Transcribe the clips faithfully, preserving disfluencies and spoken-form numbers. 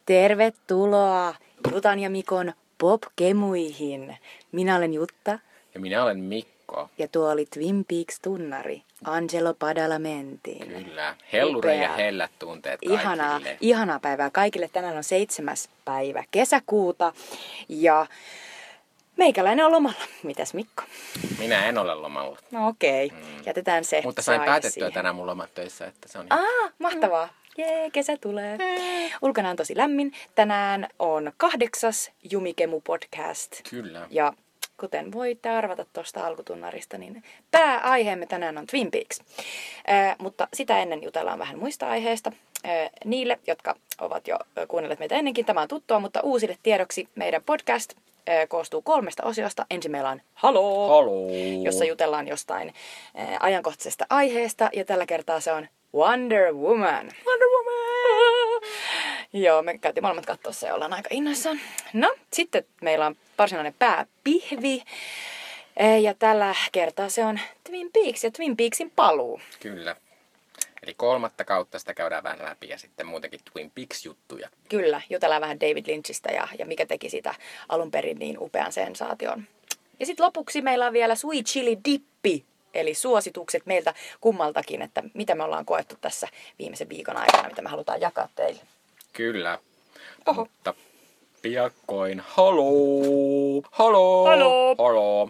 Tervetuloa Jutan ja Mikon Pop-kemuihin. Minä olen Jutta. Ja minä olen Mikko. Ja tuo oli Twin Peaks-tunnari Angelo Badalamenti. Kyllä. Hellure ja hellät tunteet kaikille. Ihanaa, ihanaa päivää kaikille. Tänään on seitsemäs päivä kesäkuuta. Ja meikäläinen on lomalla. Mitäs Mikko? Minä en ole lomalla. No okei, okay. mm. jätetään se. Mutta sain päätettyä tänään mun lomatöissä, että se on ihan... Aa, mahtavaa. Jee, kesä tulee. Ulkona on tosi lämmin. Tänään on kahdeksas Jumikemu podcast. Kyllä. Ja kuten voitte arvata tuosta alkutunnarista, niin pääaiheemme tänään on Twin Peaks. Äh, mutta sitä ennen jutellaan vähän muista aiheista. Äh, niille, jotka ovat jo kuunnelleet meitä ennenkin, tämä on tuttua, mutta uusille tiedoksi meidän podcast äh, koostuu kolmesta osiosta. Ensin meillä on Haloo, Haloo. jossa jutellaan jostain äh, ajankohtaisesta aiheesta. Ja tällä kertaa se on Wonder Woman. Wonder Woman! Joo, me käytiin molemmat katsoa se ja ollaan aika innoissaan. No, sitten meillä on varsinainen pääpihvi. Ja tällä kertaa se on Twin Peaks ja Twin Peaksin paluu. Kyllä. Eli kolmatta kautta sitä käydään vähän läpi ja sitten muutenkin Twin Peaks-juttuja. Kyllä, jutellaan vähän David Lynchistä ja, ja mikä teki sitä alun perin niin upean sensaation. Ja sitten lopuksi meillä on vielä Sweet Chili Dippi. Eli suositukset meiltä kummaltakin, että mitä me ollaan koettu tässä viimeisen viikon aikana, mitä me halutaan jakaa teille. Kyllä. Oho. Mutta piakkoin haloo, haloo, haloo. haloo.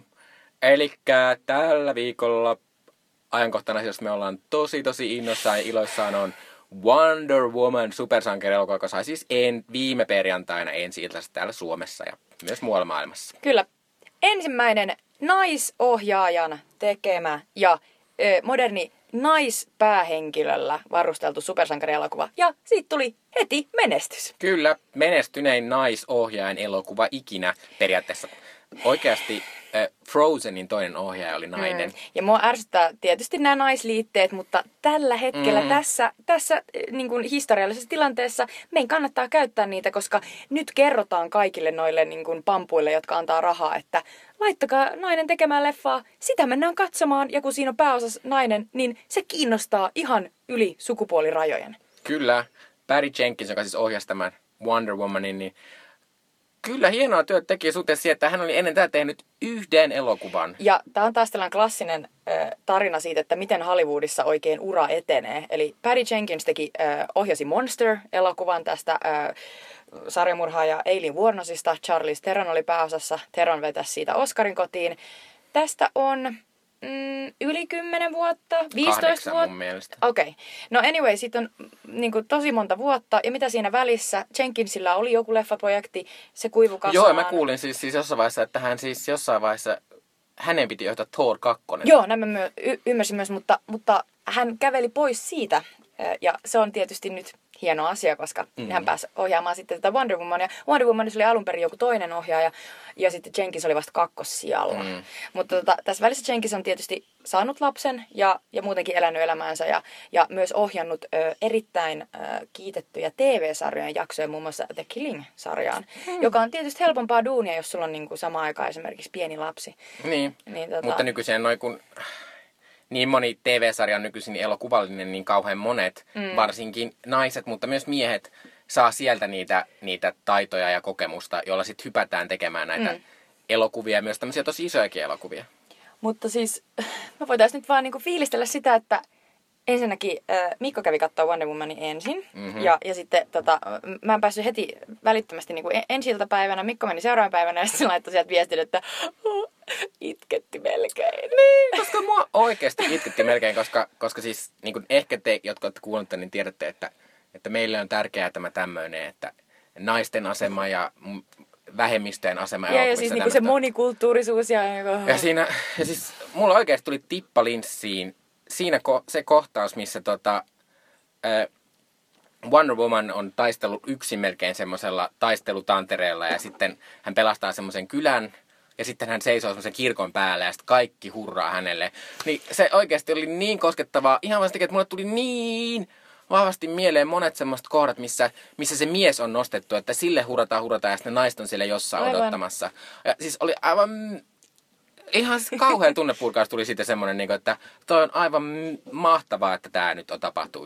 Elikkä tällä viikolla ajankohtana, jos me ollaan tosi tosi innoissaan ja iloissaan, on Wonder Woman supersankarielokuva, joka sai siis en, viime perjantaina ensi-iltaisin täällä Suomessa ja myös muualla maailmassa. Kyllä. Ensimmäinen naisohjaajan tekemä ja ö, moderni naispäähenkilöllä varusteltu supersankarielokuva. Ja siitä tuli heti menestys. Kyllä, menestynein naisohjaajan elokuva ikinä periaatteessa. Oikeasti äh, Frozenin toinen ohjaaja oli nainen. Mm. Ja mua ärsyttää tietysti nämä naisliitteet, mutta tällä hetkellä mm. tässä, tässä niin kuin historiallisessa tilanteessa meidän kannattaa käyttää niitä, koska nyt kerrotaan kaikille noille niin kuin pampuille, jotka antaa rahaa, että laittakaa nainen tekemään leffaa, sitä mennään katsomaan, ja kun siinä on pääosassa nainen, niin se kiinnostaa ihan yli sukupuolirajojen. Kyllä, Patty Jenkins, joka siis ohjasi tämän Wonder Womanin, niin kyllä hienoa työtä teki suhteessa siihen, että hän oli ennen tätä tehnyt yhden elokuvan. Ja tämä on taas tällainen klassinen äh, tarina siitä, että miten Hollywoodissa oikein ura etenee. Eli Patty Jenkins teki, äh, ohjasi Monster-elokuvan tästä äh, sarjamurhaaja Aileen Wuornosista. Charlize Theron oli pääosassa. Theron vetäisi siitä Oscarin kotiin. Tästä on mm, yli kymmenen vuotta, viisitoista Kahdeksan vuotta. mun mielestä. Okei. Okay. No anyway, siitä on niin kuin, tosi monta vuotta. Ja mitä siinä välissä? Jenkinsillä oli joku leffaprojekti, se kuivui kasaan. Joo, mä kuulin siis, siis jossain vaiheessa, että hän siis jossain vaiheessa, hänen piti johtaa Thor kaksi. Joo, näin mä my- y- ymmärsin myös, mutta, mutta hän käveli pois siitä. Ja se on tietysti nyt hieno asia, koska mm-hmm. hän pääsi ohjaamaan sitten tätä Wonder Womania. Wonder Womanissa oli alun perin joku toinen ohjaaja, ja sitten Jenkins oli vasta kakkossijalla. Mm. Mutta tota, tässä välissä Jenkins on tietysti saanut lapsen ja, ja muutenkin elänyt elämäänsä, ja, ja myös ohjannut ö, erittäin ö, kiitettyjä T V-sarjojen jaksoja, muun muassa The Killing-sarjaan, mm. joka on tietysti helpompaa duunia, jos sulla on niinku sama aika esimerkiksi pieni lapsi. Niin, niin tota... mutta nykyiseen noin kun... Niin moni T V-sarja on nykyisin elokuvallinen, niin kauhean monet, mm. varsinkin naiset, mutta myös miehet, saa sieltä niitä, niitä taitoja ja kokemusta, joilla sitten hypätään tekemään näitä mm. elokuvia, myös tämmöisiä tosi isojakin elokuvia. Mutta siis me voitaisiin nyt vaan niinku fiilistellä sitä, että ensinnäkin äh, Mikko kävi katsoa Wonder Womanin ensin, mm-hmm. ja, ja sitten tota, mä en päässyt heti välittömästi niinku ensi-iltapäivänä, Mikko meni seuraavan päivänä, ja sitten se laittoi sieltä viestin, että oh, itketti melkein. Niin, koska mua oikeasti itketti melkein, koska, koska siis niin kuin ehkä te, jotka olette kuunnelleet, niin tiedätte, että, että meille on tärkeää tämä tämmöinen, että naisten asema ja vähemmistöjen asema. Ja, ja siis niinku se monikulttuurisuus. Ja, ja siinä, ja siis mulla oikeasti tuli tippa linssiin siinä ko- se kohtaus, missä tota, äh, Wonder Woman on taistellut yksin melkein semmoisella taistelutantereella ja sitten hän pelastaa semmoisen kylän ja sitten hän seisoo semmoisen kirkon päällä ja sitten kaikki hurraa hänelle. Niin se oikeasti oli niin koskettavaa, ihan vasta että mulle tuli niin vahvasti mieleen monet semmoiset kohdat, missä, missä se mies on nostettu, että sille hurrataan, hurrataan ja sitten naiset on siellä jossain aivan odottamassa. Ja siis oli aivan... Ihan kauhean tunnepurkaus tuli siitä semmoinen, että toi on aivan mahtavaa, että tämä nyt on tapahtuu viimein.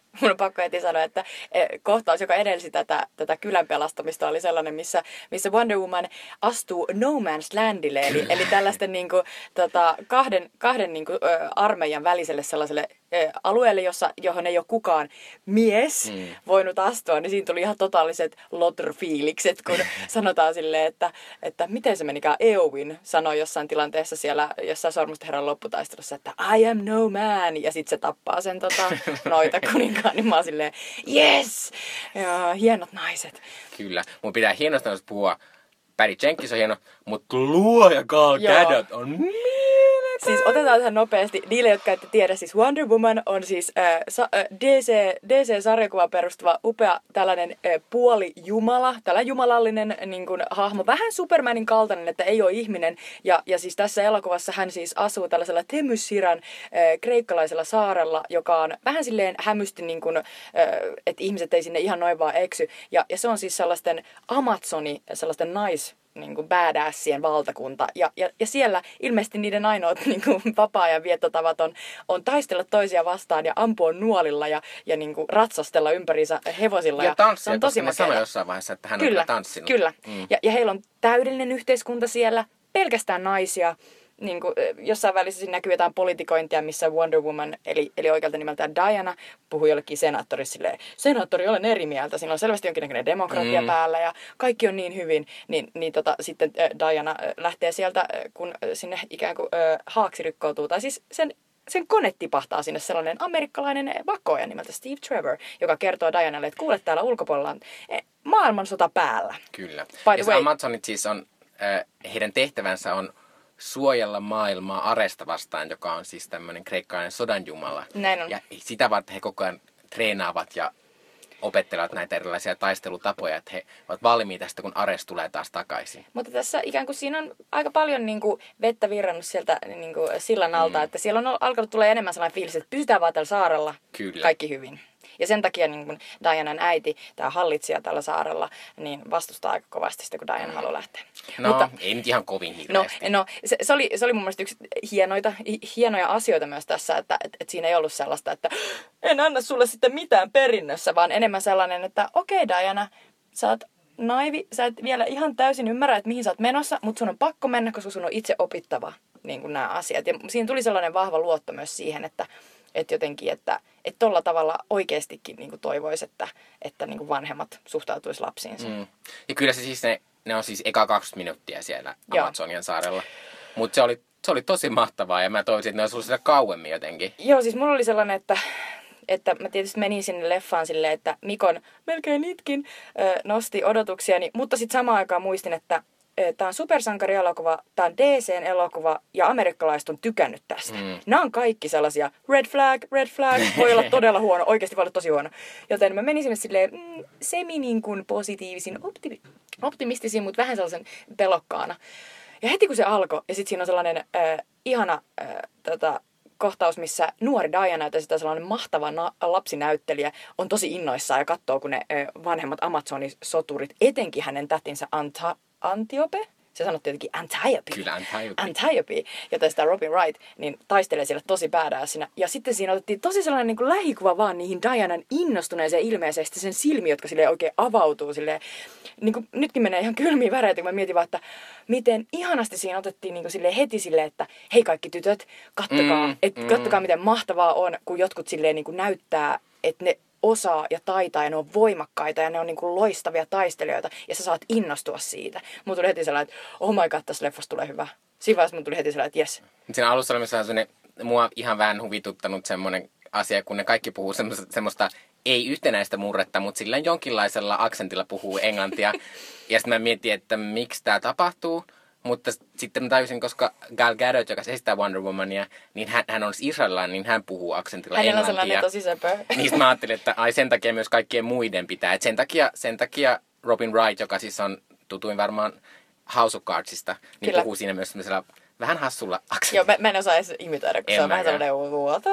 mun on pakko heti sanoa, että kohtaus, joka edelsi tätä, tätä kylän pelastamista, oli sellainen, missä, missä Wonder Woman astuu No Man's Landille, eli, eli tällaisten niin kuin, tota, kahden, kahden niin kuin, ö, armeijan väliselle sellaiselle ö, alueelle, jossa, johon ei ole kukaan mies mm. voinut astua, niin siinä tuli ihan totaaliset Lotr-fiilikset, kun sanotaan silleen, että, että miten se menikään, Eowyn sanoi jossain tilanteessa siellä jossain Sormusten herran lopputaistelussa, että I am no man, ja sitten se tappaa sen tota, noita kuninkaan, niin mä oon silleen, yes! Ja, hienot naiset. Kyllä, mun pitää hienosta puhua. Patty Jenkins on hieno, mutta luoja Gal Gadot on mieletön. Siis otetaan tähän nopeasti. Niille, jotka ette tiedä, siis Wonder Woman on siis äh, sa- äh, D C, D C-sarjakuvaan perustuva upea tällainen äh, puolijumala, tällainen jumalallinen niin kuin, hahmo. Vähän Supermanin kaltainen, että ei ole ihminen. Ja, ja siis tässä elokuvassa hän siis asuu tällaisella Temysiran äh, kreikkalaisella saarella, joka on vähän silleen hämysti, niin kuin, äh, että ihmiset ei sinne ihan noin vaan eksy. Ja, ja se on siis sellaisten Amazoni, sellaisten nais... niin kuin badassien valtakunta. Ja, ja, ja siellä ilmeisesti niiden ainoat niin kuin vapaa-ajan viettotavat on, on taistella toisia vastaan ja ampua nuolilla ja, ja niin kuin ratsastella ympäriinsä hevosilla. Ja, ja tanssia, se on tosi koska sanoi jossain vaiheessa, että hän kyllä, on tanssinut. Kyllä, mm. ja, ja heillä on täydellinen yhteiskunta siellä, pelkästään naisia. Niin kuin, jossain välissä siinä näkyy jotain politikointia, missä Wonder Woman, eli, eli oikealta nimeltään Diana, puhuu jollekin senaattorille silleen, senaattori, olen eri mieltä, siinä on selvästi jonkinnäköinen demokratia mm. päällä ja kaikki on niin hyvin, niin, niin tota, sitten äh, Diana äh, lähtee sieltä, äh, kun äh, sinne ikään kuin äh, haaksi rikkoutuu, tai siis sen sen kone tipahtaa sinne sellainen amerikkalainen vakoja nimeltä Steve Trevor, joka kertoo Dianalle, että kuule, täällä ulkopuolella on maailmansota päällä. Kyllä. By ja way, Amazonit siis on, äh, heidän tehtävänsä on suojella maailmaa Aresta vastaan, joka on siis tämmöinen kreikkalainen sodanjumala. Näin on. Ja sitä varten he koko ajan treenaavat ja opettelevat näitä erilaisia taistelutapoja, että he ovat valmiita sitten, kun Ares tulee taas takaisin. Mutta tässä ikään kuin siinä on aika paljon niin kuin vettä virrannut sieltä niin kuin sillan alta, mm. että siellä on alkanut tulla enemmän sellainen fiilis, että pysytään vaan tällä saarella, Kyllä. kaikki hyvin. Ja sen takia niin kuin Dianan äiti, tämä hallitsija tällä saarella, niin vastustaa aika kovasti sitä, kun Diana mm. haluaa lähteä. No, Mutta, ei nyt ihan kovin hirveästi. No, no se, se, oli, se oli mun mielestä yksi hienoita, hienoja asioita myös tässä, että et, et siinä ei ollut sellaista, että en anna sulle sitten mitään perinnössä, vaan enemmän sellainen, että okei okay, Diana, sä oot naivi, sä et vielä ihan täysin ymmärrä, että mihin sä oot menossa, mutta sun on pakko mennä, koska sun on itse opittava niin kuin nämä asiat. Ja siinä tuli sellainen vahva luotto myös siihen, että että jotenkin, että että tolla tavalla oikeastikin niin kuin toivoisi, että, että niin kuin vanhemmat suhtautuisi lapsiinsa. Mm. Ja kyllä se siis, ne, ne on siis eka kaksikymmentä minuuttia siellä Amazonian saarella. Mutta se oli, se oli tosi mahtavaa ja mä toivoisin, että ne olisi ollut siellä kauemmin jotenkin. Joo, siis mulla oli sellainen, että, että mä tietysti menin sinne leffaan silleen, että Mikon melkein itkin nosti odotuksiani, mutta sitten samaan aikaan muistin, että tämä on supersankarielokuva, tämä on D C:n elokuva ja amerikkalaiset on tykännyt tästä. Mm. Nämä on kaikki sellaisia red flag, red flag, voi olla todella huono, oikeasti voi olla tosi huono. Joten mä menin sinne silleen mm, semi niin kuin positiivisin, optimi, optimistisin, mutta vähän sellaisen pelokkaana. Ja heti kun se alkoi, ja sitten siinä on sellainen äh, ihana äh, tota, kohtaus, missä nuori Diana, jota sitä sellainen mahtava na- lapsinäyttelijä, on tosi innoissaan ja katsoo, kun ne äh, vanhemmat Amazonisoturit, etenkin hänen tätinsä Anta- Antiope, se sanottiin jotenkin Antiope. Kyllä, Antiope. Antiope, jota sitä Robin Wright, niin taistelee siellä tosi badassina. Ja sitten siinä otettiin tosi sellainen niin kuin lähikuva vaan niihin Dianan innostuneeseen ilmeeseen, ja sen silmiin, jotka silleen oikein avautuu silleen. Niin kuin, nytkin menee ihan kylmiä väreitä, kun mä mietin vaan, että miten ihanasti siinä otettiin niin kuin silleen heti silleen, että hei kaikki tytöt, kattokaa, mm, et, mm. kattokaa miten mahtavaa on, kun jotkut silleen niin kuin näyttää, että ne osaa ja taitaa ja ne on voimakkaita ja ne on niin kuin loistavia taistelijoita ja sä saat innostua siitä. Mun tuli heti sellainen, että oh my god, tässä leffassa tulee hyvä. Siinä vaiheessa mun tuli heti sellainen, että jes. Siinä alussa oli myös sellainen, mua ihan vähän huvituttanut semmoinen asia, kun ne kaikki puhuu semmoista, semmoista ei yhtenäistä murretta, mutta sillä jonkinlaisella aksentilla puhuu englantia. Ja sitten mä mietin, että miksi tämä tapahtuu. Mutta sitten mä tajusin, koska Gal Gadot, joka esittää Wonder Womania, niin hän, hän on israelilainen, niin hän puhuu aksentilla hänellä englantia. Hänellä on sellainen tosi söpö. Niin mä ajattelin, että ai sen takia myös kaikkien muiden pitää. Et sen, takia, sen takia Robin Wright, joka siis on tutuin varmaan House of Cardsista, niin Kyllä. puhuu siinä myös sellaisella vähän hassulla aksentilla. Joo, mä, mä en osaa edes imitoida, kun en se on vähän sellainen vuoto.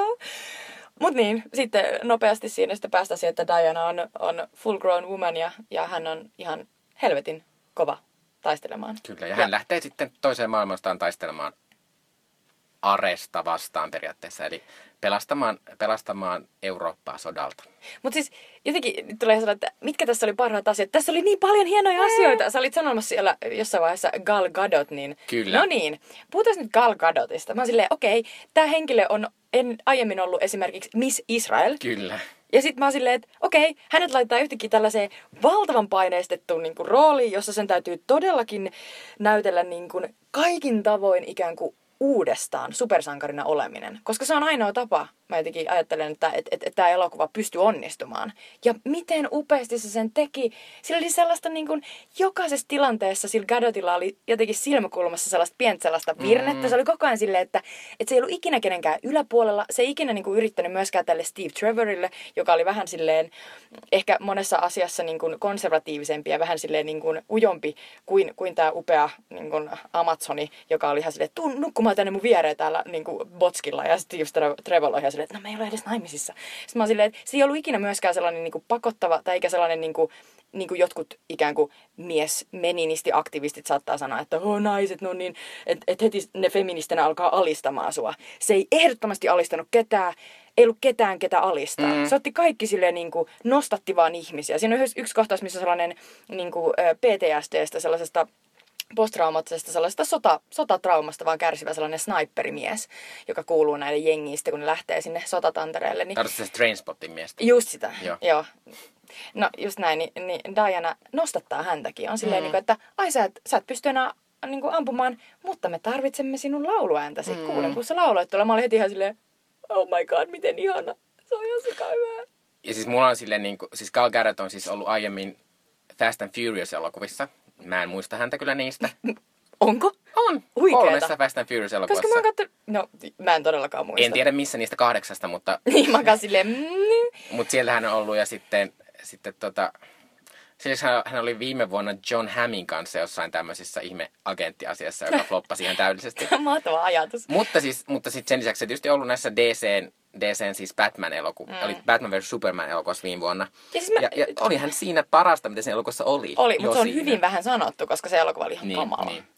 Mut niin, sitten nopeasti siinä sitten päästä siihen, että Diana on, on full grown woman ja, ja hän on ihan helvetin kova taistelemaan. Kyllä, ja hän ja. lähtee sitten toiseen maailmanstaan taistelemaan Aresta vastaan periaatteessa, eli pelastamaan, pelastamaan Eurooppaa sodalta. Mutta siis jotenkin nyt tulee sellainen, että mitkä tässä oli parhaat asiat. Tässä oli niin paljon hienoja asioita. Sä olit sanomassa siellä jossain vaiheessa Gal Gadot, niin Kyllä. no niin, puhutaan nyt Gal Gadotista. Mä oon silleen, okei, okay, tää henkilö on en aiemmin ollut esimerkiksi Miss Israel. Kyllä. Ja sit mä oon silleen, että okei, okay, hänet laittaa yhtäkkiä tällaiseen valtavan paineistettuun niin kuin rooliin, jossa sen täytyy todellakin näytellä niin kuin kaikin tavoin ikään kuin uudestaan supersankarina oleminen. Koska se on ainoa tapa, mä jotenkin ajattelen, että, että, että, että tämä elokuva pystyy onnistumaan. Ja miten upeasti se sen teki. Sillä oli sellaista niin kuin, jokaisessa tilanteessa sillä Gadotilla oli jotenkin silmäkulmassa sellaista pientä sellaista virnettä. Mm. Se oli koko ajan silleen, että, että se ei ollut ikinä kenenkään yläpuolella. Se ei ikinä niin kuin, yrittänyt myöskään tälle Steve Trevorille, joka oli vähän silleen, ehkä monessa asiassa niin kuin, konservatiivisempi ja vähän silleen niin kuin, ujompi kuin, kuin tämä upea niin kuin, Amazoni, joka oli ihan silleen, tuu nukkumaan tänne mun viereen täällä niin kuin, Botskilla. Ja Steve Trevor oli ihan silleen, että no me ei ole edes naimisissa. Sitten mä oon silleen, että se ei ollut ikinä myöskään sellainen niin kuin, pakottava tai eikä sellainen niin kuin, niin kuin jotkut ikään kuin mies-meninisti-aktivistit saattaa sanoa, että oh, naiset, no niin, että et heti ne feministinä alkaa alistamaan sua. Se ei ehdottomasti alistanut ketään, ei ollut ketään, ketä alistaa. Mm. Se otti kaikki silleen niin kuin, nostatti vaan ihmisiä. Siinä on yksi kohtaus, missä sellainen niin kuin, P T S D:stä, sellaisesta posttraumaattisesta sellaisesta sota, sotatraumasta vaan kärsivä sellainen sniperimies, joka kuuluu näille jengiistä, kun ne lähtee sinne sotatantereelle. Niin tarvitset se Trainspottin miestä. Just sitä, joo. joo. No just näin, niin, niin Diana nostattaa häntäkin. On silleen, mm. niin kuin, että ai sä et, sä et pysty enää niin kuin, ampumaan, mutta me tarvitsemme sinun lauluääntäsi. Mm. Kuulen, kun sä lauloit tuolla. Mä olin heti ihan silleen, oh my god, miten ihana. Se on ihan sika hyvä. Ja siis mulla on silleen, niin kuin, siis Gal Gadot on siis ollut aiemmin Fast and Furious-elokuvissa. Mä en muista häntä kyllä niistä. Onko? On. Huikeeta. Kolmessa Fast and Furious-elokuvassa. Koska mä oon kattonut, no mä en todellakaan muista. En tiedä missä niistä kahdeksasta, mutta niin mä oon silleen, mm. Mutta siellähän on ollut ja sitten, sitten tota, siis hän, hän oli viime vuonna John Hammin kanssa jossain tämmöisessä ihme-agenttiasiassa, joka floppasi ihan täydellisesti. Mahtava ajatus. Mutta siis, mutta sitten sen lisäksi se tietysti ollut näissä D C:n, D C:n siis Batman-elokuva, mm. oli Batman versus Superman-elokuvassa viime vuonna. Ja, siis mä, ja, ja olihan siinä parasta, mitä siinä elokuvassa oli. Oli, mutta se on hyvin vähän sanottu, koska se elokuva oli ihan niin, kamala. Niin.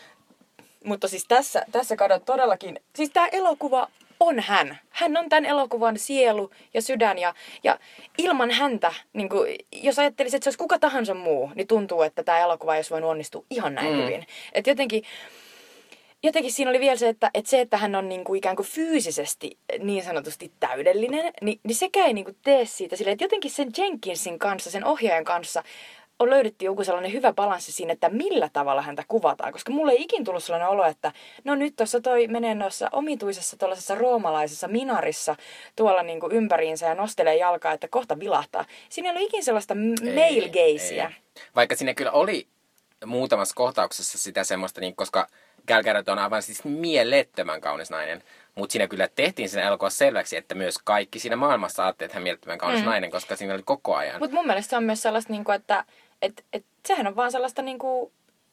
Mutta siis tässä, tässä Gadot todellakin, siis tämä elokuva on hän. Hän on tämän elokuvan sielu ja sydän ja, ja ilman häntä, niin kuin, jos ajattelisit, että se olisi kuka tahansa muu, niin tuntuu, että tämä elokuva ei olisi voinut onnistua ihan näin mm. hyvin. Että jotenkin, jotenkin siinä oli vielä se, että, että se, että hän on niin kuin ikään kuin fyysisesti niin sanotusti täydellinen, niin, niin sekä ei niin kuin tee siitä silleen, että jotenkin sen Jenkinsin kanssa, sen ohjaajan kanssa, on löydetty joku sellainen hyvä balanssi siinä, että millä tavalla häntä kuvataan. Koska mulle ei ikin tullut sellainen olo, että no nyt tuossa toi menee noissa omituisessa tuollaisessa roomalaisessa minarissa tuolla niin kuin ympäriinsä ja nostelee jalkaa, että kohta vilahtaa. Siinä ei ollut ikin sellaista male gazeä. Vaikka siinä kyllä oli muutamassa kohtauksessa sitä semmoista, niin, koska Gal Gadot on aivan siis mielettömän kaunis nainen. Mutta siinä kyllä tehtiin siinä elokuvassa selväksi, että myös kaikki siinä maailmassa ajattelivat, että hän mielettömän kaunis mm. nainen, koska siinä oli koko ajan. Mutta mun mielestä se on myös sellaista, niinku, että et, et, sehän on vaan sellaista, niinku,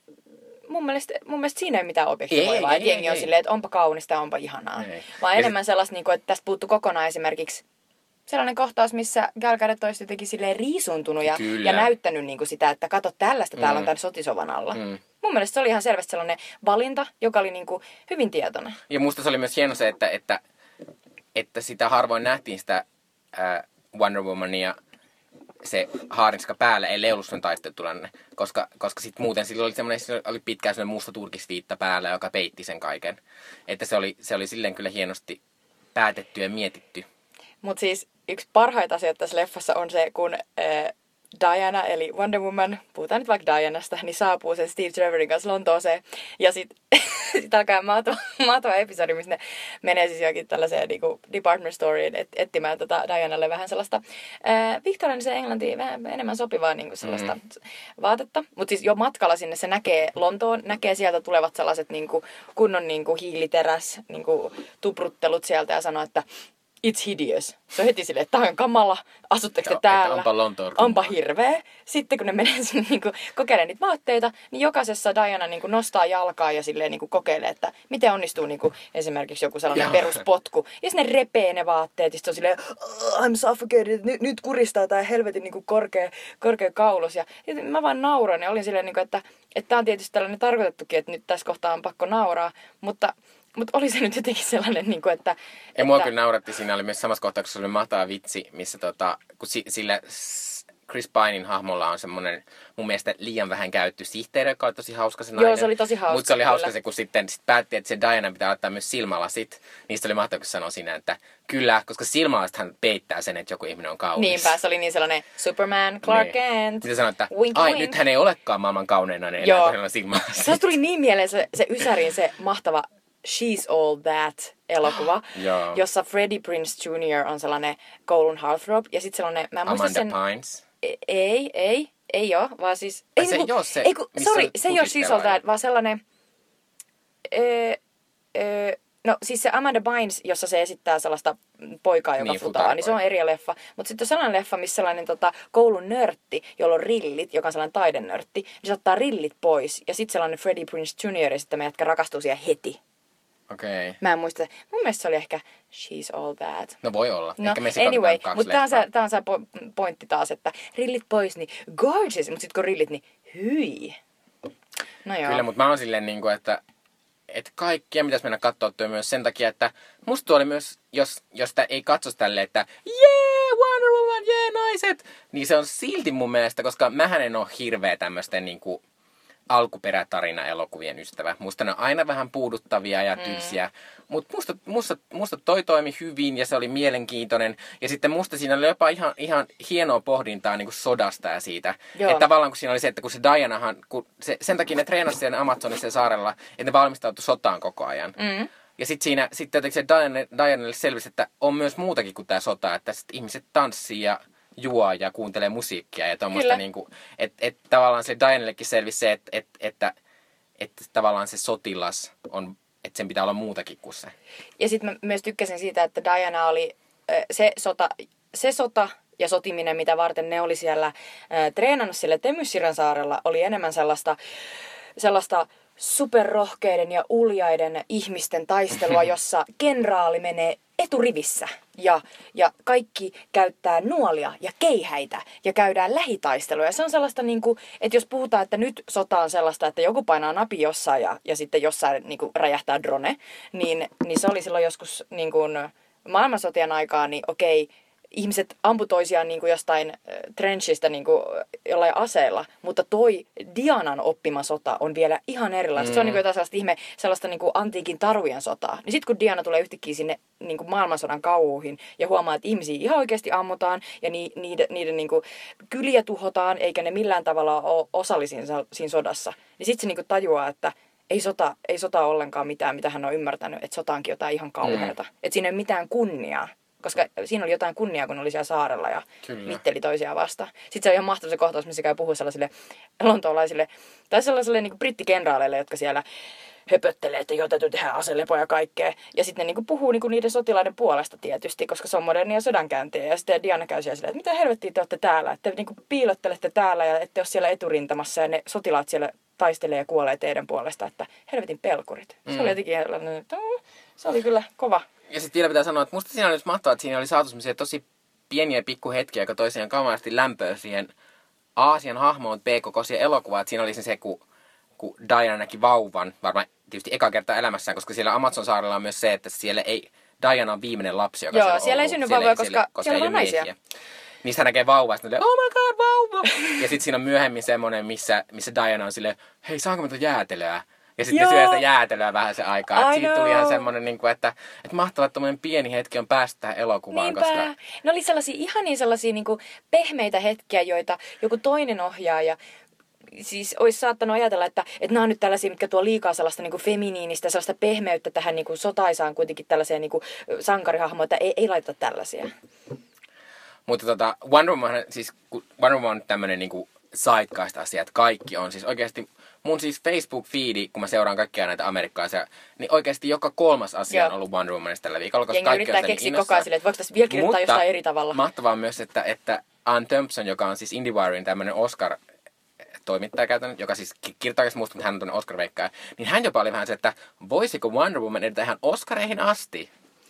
mun, mielestä, mun mielestä siinä ei ole mitään objektivoivaa. Että jengi on silleen, että onpa kaunista ja onpa ihanaa. Ei. Vaan ja enemmän sit sellaista, niinku, että tästä puuttuu kokonaan esimerkiksi sellainen kohtaus, missä Gal Gadot olisi jotenkin silleen riisuntunut ja, ja näyttänyt niinku sitä, että kato tällaista, mm. täällä on tämän sotisovan alla. Mm. Mun mielestä se oli ihan selvästi sellainen valinta, joka oli niinku hyvin tietoinen. Ja musta se oli myös hieno se, että, että, että sitä harvoin nähtiin sitä äh, Wonder Womania se haarinska päällä, ellei ollut sen taistelutilanne. Koska, koska sit muuten sillä oli, sillä oli pitkään sellainen musta turkisviitta päällä, joka peitti sen kaiken. Että se oli, se oli silleen kyllä hienosti päätetty ja mietitty. Mutta siis yksi parhaita asioita tässä leffassa on se, kun Äh, Diana, eli Wonder Woman, puhutaan nyt vaikka Dianasta, niin saapuu sen Steve Trevorin kanssa Lontooseen. Ja sitten sit alkaa maatava, maatava episodi, missä ne menee siis johonkin tällaiseen niin kuin department storyin et, etsimään tota Dianalle vähän sellaista äh, viktorianiseen Englantiin vähän enemmän sopivaa niin kuin sellaista mm-hmm. vaatetta. Mutta siis jo matkalla sinne se näkee Lontoon, näkee sieltä tulevat sellaiset niin kuin kunnon niin kuin hiiliteräs niin kuin tupruttelut sieltä ja sanoo, että it's hideous. Se on heti silleen, että tämä on kamala, asutteko te täällä? Onpa Lontoon Onpa hirveä. Sitten kun ne menee sinne niin kokeilemaan niitä vaatteita, niin jokaisessa Diana niin kuin nostaa jalkaa ja silleen niin kuin kokeilee, että miten onnistuu niin kuin esimerkiksi joku sellainen Jaa. peruspotku. Ja sitten ne repee ne vaatteet ja sitten on silleen, oh, I'm suffocated, nyt, nyt kuristaa tämä helvetin niin kuin korkea, korkea kaulus. Ja, ja mä vaan nauroin ja olin silleen, niin kuin, että tämä on tietysti tällainen tarkoitettukin, että nyt tässä kohtaa on pakko nauraa, mutta mutta oli se nyt jotenkin sellainen, niin kuin, että... Ja että... mua kyllä nauratti, siinä oli myös samassa kohtauksessa oli mahtava vitsi, missä tota, kun si, sillä Chris Pinein hahmolla on semmoinen mun mielestä liian vähän käytetty sihteeri, joka oli tosi hauska se nainen. Joo, se oli tosi hauska. Mutta se oli hauska kyllä. se, kun sitten sit päätti, että se Diana pitää ottaa myös silmälasit. Niistä oli mahtavaa, kun sanoi siinä, että kyllä, koska silmälasithan peittää sen, että joku ihminen on kaunis. Niinpä, se oli niin sellainen Superman, Clark Kent. Mitä sanoit, että wink, ai, wink. nyt hän ei olekaan maailman kaunein nainen, enää, kun hänellä on silmälasit. Se tuli niin mieleen se, se Ysärin se mahtava She's All That -elokuva, jossa Freddie Prinze junior on sellainen koulun heartthrob. Ja sitten sellainen, mä en muista Amanda sen... Pines. Ei, ei, ei oo, vaan siis... Ai ei, se niinku, ei oo se, ei, kun, missä sorry, on se ei oo She's All That, vaan sellainen... Öö, öö, no siis se Amanda Bynes, jossa se esittää sellaista poikaa, joka Niin, futaa, niin se on eri leffa. Mutta sitten on sellainen leffa, missä sellainen tota, koulun nörtti, jolla on rillit, joka on sellainen taidenörtti, niin se ottaa rillit pois. Ja sitten sellainen Freddie Prinze junior ja sitten me, jotka rakastuu siihen heti. Okei. Okay. Mä en muista. Mun mielestä se oli ehkä She's All That. No voi olla. No Ehkä me anyway, kaksi mutta tää on, leffaa. se, tää on se po- pointti taas, että rillit pois, niin gorgeous, mutta sitten kun rillit, niin hyi. No joo. Kyllä, mutta mä oon silleen, niin kuin, että, että kaikkia pitäisi mennä katsoa työ myös sen takia, että musta tuo oli myös, jos, jos sitä ei katso tälleen, että jee, Wonder Woman, jee, naiset, niin se on silti mun mielestä, koska mähän en oo hirveä tämmöisten niin kuin alkuperätarina-elokuvien ystävä. Musta ne on aina vähän puuduttavia ja tylsiä, mm. mutta musta, musta, musta toi toimi hyvin ja se oli mielenkiintoinen. Ja sitten musta siinä oli jopa ihan, ihan hienoa pohdintaa niin kuin sodasta ja siitä. Että tavallaan kun siinä oli se, että kun se Dianahan, kun se, sen takia ne treenasi siellä Amazonissa ja saarella, että ne valmistautui sotaan koko ajan. Mm. Ja sitten siinä sitten jotenkin se Diana, Dianalle selvisi, että on myös muutakin kuin tämä sota, että sit ihmiset tanssii ja juo ja kuuntelee musiikkia ja tommoista niinku, että et tavallaan se Dianellekin selvisi se, että et, että et tavallaan se sotilas on, että sen pitää olla muutakin kuin se. Ja sitten mä myös tykkäsin siitä, että Diana oli se sota, se sota ja sotiminen, mitä varten ne oli siellä äh, treenannut sille Temyssiran saarella, oli enemmän sellaista, sellaista superrohkeiden ja uljaiden ihmisten taistelua, jossa kenraali menee eturivissä ja, ja kaikki käyttää nuolia ja keihäitä ja käydään lähitaisteluja. Se on sellaista, niin kuin, että jos puhutaan, että nyt sota on sellaista, että joku painaa napi jossain ja, ja sitten jossain niin kuin räjähtää drone, niin, niin se oli silloin joskus niin kuin maailmansotien aikaa, niin okei, ihmiset ampu toisiaan niin kuin jostain äh, trenchistä niin kuin jollain aseella, mutta toi Dianan oppima sota on vielä ihan erilaista. Mm. Se on niin kuin jotain sellaista ihme, sellaista niin kuin antiikin tarujen sotaa. Niin sitten kun Diana tulee yhtäkkiä sinne niin kuin maailmansodan kauhuihin ja huomaa, että ihmisiä ihan oikeasti ammutaan ja ni, niiden, niiden niin kuin kyliä tuhotaan, eikä ne millään tavalla ole osallisia siinä sodassa, niin sitten se niin kuin tajuaa, että ei sota, ei sota ole ollenkaan mitään, mitä hän on ymmärtänyt, että sota onkin jotain ihan kauheata. Mm. Että siinä ei ole mitään kunniaa. Koska siinä oli jotain kunniaa, kun oli siellä saarella ja Kyllä. mitteli toisiaan vastaan. Sitten se on ihan mahtava se kohtaus, missä käy puhua sellaisille lontoolaisille, tai sellaisille niin kuin brittikenraaleille, jotka siellä höpöttelee, että joo, täytyy tehdä aselepoja ja kaikkea. Ja sitten ne niin kuin puhuu niin kuin niiden sotilaiden puolesta tietysti, koska se on modernia sodankäyntiä. Ja sitten Diana käy siellä silleen, että mitä helvettiä te olette täällä, että te niin kuin piilottelette täällä ja ette ole siellä eturintamassa ja ne sotilaat siellä taistelee ja kuolee teidän puolesta, että helvetin pelkurit. Mm. Se oli jotenkin sellainen, että se oli kyllä kova. Ja sitten vielä pitää sanoa, että musta siinä oli mahtavaa, että siinä oli saatu semmoisia tosi pieniä pikkuhetkiä, jotka toisiaan kamalasti lämpöä siihen Aasian hahmoon B-kokoisia elokuvaa. Että siinä oli se, kun, kun Diana näki vauvan, varmaan tietysti eka kertaa elämässään, koska siellä Amazon-saarella on myös se, että siellä ei, Diana on viimeinen lapsi, joka Joo, siellä on siellä ollut. ei synny vauvoja, koska siellä, koska siellä on naisia. Miehiä. Niistä näkee vauvaa, ja oh my god, vauva! Ja sitten siinä on myöhemmin semmoinen, missä, missä Diana on silleen, hei, saanko mä jäätelöä? Ja sitten syö sitä jäätelöä vähän se aikaa. Siitä tuli ihan semmoinen, että, että mahtavaa, että tommoinen pieni hetki on päästä tähän elokuvaan. Niinpä. Koska Ne oli sellaisia ihan niin sellaisia niin kuin pehmeitä hetkiä, joita joku toinen ohjaaja siis olisi saattanut ajatella, että, että nämä on nyt tällaisia, mitkä tuo liikaa sellaista niin kuin feminiinistä, sellaista pehmeyttä tähän niin kuin sotaisaan kuitenkin tällaiseen niin kuin sankarihahmoon, että ei, ei laiteta tällaisia. Mutta tota, Wonder Woman, siis Wonder Woman on tämmöinen niin kuin zeitgeist-asia, että kaikki on siis oikeasti. Mun siis Facebook-feedi, kun mä seuraan kaikkia näitä amerikkalaisia, niin oikeasti joka kolmas asia on ollut Wonder Womanista tällä viikolla. Koska jengi yrittää keksiä koko ajan silleen, että voiko tästä vielä kirjoittaa Mutta jostain eri tavalla. Mahtavaa myös, että, että Ann Thompson, joka on siis IndieWirein tämmöinen Oscar-toimittaja käytännön, joka siis kirjoittaa musta, mutta hän on tuonne Oscar-veikkaaja, niin hän jopa oli vähän se, että voisiko Wonder Woman edetä ihan Oscareihin asti?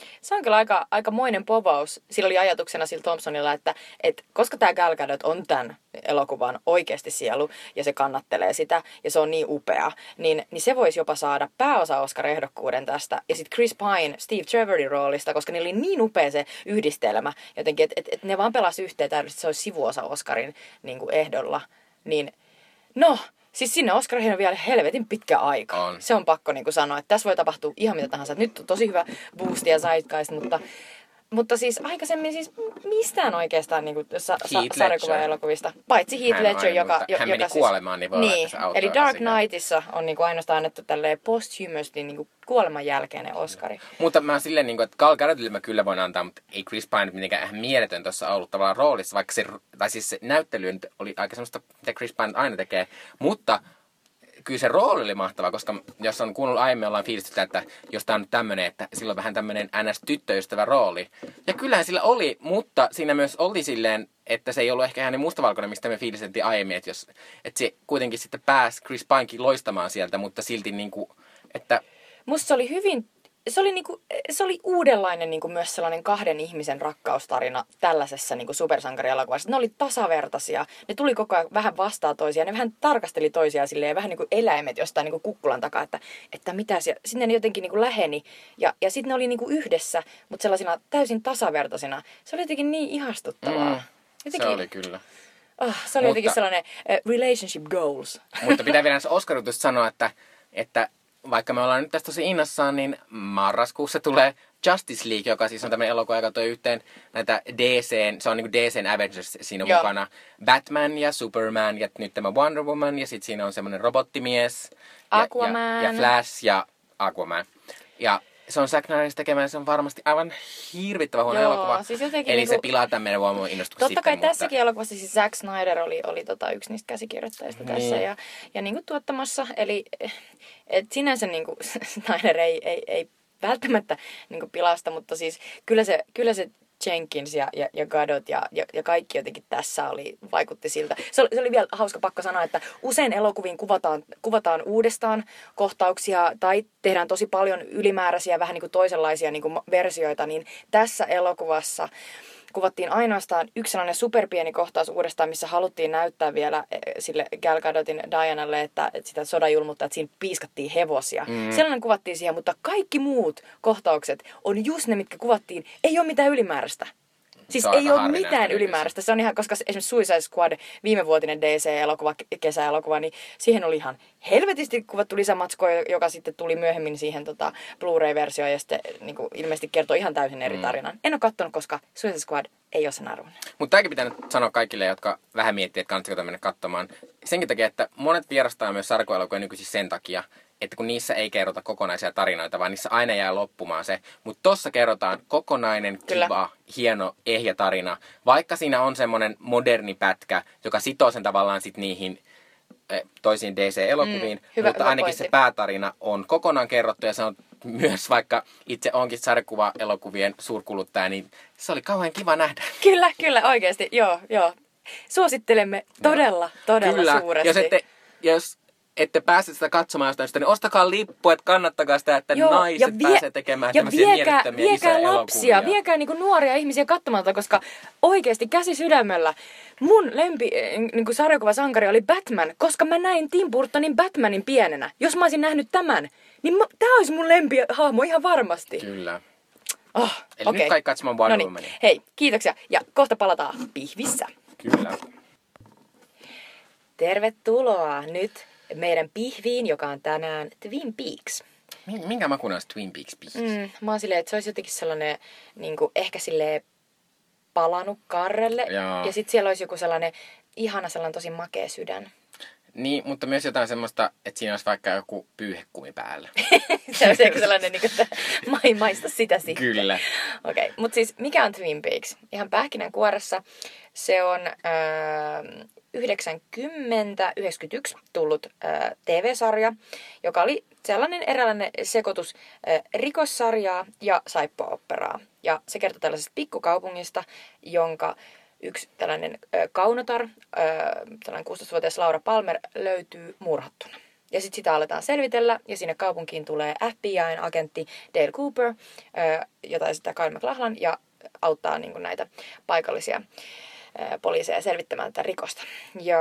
Se on kyllä aika, aikamoinen povaus. Sillä oli ajatuksena sillä Thompsonilla, että, että koska tämä Gal Gadot on tämän elokuvan oikeasti sielu ja se kannattelee sitä ja se on niin upea, niin, niin se voisi jopa saada pääosa Oscar-ehdokkuuden tästä. Ja sitten Chris Pine Steve Trevorin roolista, koska niillä oli niin upea se yhdistelmä jotenkin, että et, et ne vaan pelasi yhteen täydellisesti, se olisi sivuosa Oscarin niin kuin ehdolla. Niin no... Siis sinne Oscareihin on vielä helvetin pitkä aika. On. Se on pakko niin kuin sanoa, että tässä voi tapahtua ihan mitä tahansa. Nyt on tosi hyvä boosti ja zeitgeist, mutta, mutta siis aikaisemmin siis mistään oikeastaan niin kuin sa- sa- sarjakuva-elokuvista. Paitsi Heath Ledger, aina, joka, jo, hän joka meni siis, kuolemaan, niin voi niin, olla, että se eli Dark siinä. Knightissa on niin kuin ainoastaan annettu tälleen posthumously niin kuin kuoleman jälkeinen Oscari. Mutta mä silleen, niin kuin, että Gal Gadotille mä kyllä voin antaa, mutta ei Chris Pine mitenkään ihan mieletön tuossa ollut tavallaan roolissa, vaikka se, tai siis se näyttely nyt oli aika semmoista, mitä Chris Pine aina tekee, mutta kyllä se rooli oli mahtava, koska jos on kuunnellut aiemmin, ollaan fiilistystä, että jos tää on nyt tämmönen, että sillä on vähän tämmönen N S-tyttöystävä rooli. Ja kyllähän sillä oli, mutta siinä myös oli silleen, että se ei ollut ehkä ihan niin mustavalkoinen, mistä me fiilistettiin aiemmin, että, jos, että se kuitenkin sitten pääsi Chris Pinekin loistamaan sieltä, mutta silti niinku, että... Musta se oli hyvin... Se oli, niinku, se oli uudenlainen niinku myös sellainen kahden ihmisen rakkaustarina tällaisessa niinku supersankarielokuvassa. Ne oli tasavertaisia. Ne tuli koko ajan vähän vastaan toisiaan. Ne vähän tarkasteli toisiaan silleen, vähän niin kuin eläimet jostain niinku kukkulan takaa, että, että mitä siellä. Sitten ne jotenkin niinku läheni. Ja, ja sitten ne oli niinku yhdessä, mutta sellaisina täysin tasavertaisina. Se oli jotenkin niin ihastuttavaa. Mm, jotenkin, se oli kyllä. Oh, se oli mutta, jotenkin sellainen uh, relationship goals. Mutta pitää vielä Oscar-jutusta sanoa, että, että vaikka me ollaan nyt tästä tosi innossaan, niin marraskuussa tulee Justice League, joka siis on tämmöinen elokuva, joka toi yhteen näitä D C:n, se on niinku D C:n Avengers, siinä on Joo. mukana Batman ja Superman ja nyt tämä Wonder Woman ja sitten siinä on semmoinen robottimies. Aquaman. Ja, ja, ja Flash ja Aquaman. Ja se on Zack Snyderin tekemään, se on varmasti aivan hirvittävän huono Joo, elokuva. Siis Eli niinku, se pilaa tämän meidän huomioon innostuksen totta kai sitten, tässäkin mutta... elokuvassa siis Zack Snyder oli, oli tota yksi niistä käsikirjoittajista niin. tässä ja, ja niinku tuottamassa. Eli et sinänsä niinku Snyder ei, ei, ei välttämättä niinku pilasta, mutta siis kyllä se, kyllä se Jenkins ja, ja, ja Gadot ja, ja, ja kaikki jotenkin tässä oli, vaikutti siltä. Se oli, se oli vielä hauska pakko sanoa, että usein elokuviin kuvataan, kuvataan uudestaan kohtauksia tai tehdään tosi paljon ylimääräisiä, vähän niin kuin toisenlaisia niin kuin versioita, niin tässä elokuvassa kuvattiin ainoastaan yksi sellainen superpieni kohtaus uudestaan, missä haluttiin näyttää vielä sille Gal Gadotin Dianalle, että, että sitä sodan julmutta, että siinä piiskattiin hevosia. Mm. Sellainen kuvattiin siihen, mutta kaikki muut kohtaukset on just ne, mitkä kuvattiin. Ei ole mitään ylimääräistä. Siis ei ole mitään ylimääräistä. Se on ihan, koska esimerkiksi Suicide Squad, viimevuotinen D C-elokuva, kesäelokuva, niin siihen oli ihan helvetisti kuvattu lisämatskoa, joka sitten tuli myöhemmin siihen tota, Blu-ray-versioon ja sitten niin kuin, ilmeisesti kertoi ihan täysin eri tarinan. Mm. En ole katsonut, koska Suicide Squad ei ole sen arvoinen. Mutta tämäkin pitää nyt sanoa kaikille, jotka vähän miettii, että kannattaako mennä katsomaan. Senkin takia, että monet vierastaa myös sarjakuvaelokuvia nykyisin sen takia, että kun niissä ei kerrota kokonaisia tarinoita, vaan niissä aina jää loppumaan se. Mutta tossa kerrotaan kokonainen, Kyllä. kiva, hieno, ehjä tarina. Vaikka siinä on semmoinen moderni pätkä, joka sitoo sen tavallaan sit niihin eh, toisiin D C-elokuviin. Mm, hyvä, mutta hyvä ainakin pointti. Se päätarina on kokonaan kerrottu ja se on myös, vaikka itse onkin sarjakuva-elokuvien suurkuluttaja, niin se oli kauhean kiva nähdä. Kyllä, kyllä, oikeasti. Joo, joo. Suosittelemme todella, todella kyllä. suuresti. Jos ette, jos ette pääse sitä katsomaan jostain sitä, niin ostakaa lippu, että kannattakaa sitä, että Joo, naiset vie, pääsee tekemään tämmöisiä mielettömiä viekää lapsia, elokuvia. Viekää niinku nuoria ihmisiä katsomaan, koska oikeasti käsi sydämellä mun lempi niinku sarjakuvasankari oli Batman, koska mä näin Tim Burtonin Batmanin pienenä. Jos mä olisin nähnyt tämän, niin mä, tää olisi mun lempihahmo ihan varmasti. Kyllä. Oh, Eli okay. nyt kaikki katsomaan Wonder Noniin. Womania. Hei, kiitoksia ja kohta palataan pihvissä. Kyllä. Tervetuloa nyt meidän pihviin, joka on tänään Twin Peaks. Minkä makuinen olisi Twin Peaks pihvi? Mm, mä oon silleen, että se olisi jotenkin sellainen, niin kuin, ehkä silleen palanut karrelle. Jaa. Ja sitten siellä olisi joku sellainen ihana, sellainen tosi makea sydän. Niin, mutta myös jotain semmoista, että siinä olisi vaikka joku pyyhekumi päällä. Se olisi joku sellainen, niin kuin, että mä en maista sitä sitten. Kyllä. Okei, okay, mutta siis mikä on Twin Peaks? Ihan pähkinänkuoressa. Se on Öö, yhdeksänkymmentä yhdeksänkymmentäyksi tullut äh, T V-sarja, joka oli sellainen eräänlainen sekoitus äh, rikossarjaa ja saippuaoperaa. Ja se kertoo tällaisesta pikkukaupungista, jonka yksi tällainen äh, kaunotar, äh, tällainen kuusitoistavuotias Laura Palmer, löytyy murhattuna. Ja sitten sitä aletaan selvitellä, ja sinne kaupunkiin tulee F B I:n agentti Dale Cooper, ö, jota esittää Kyle MacLachlan, ja auttaa niin kuin näitä paikallisia ö, poliiseja selvittämään tätä rikosta. Ja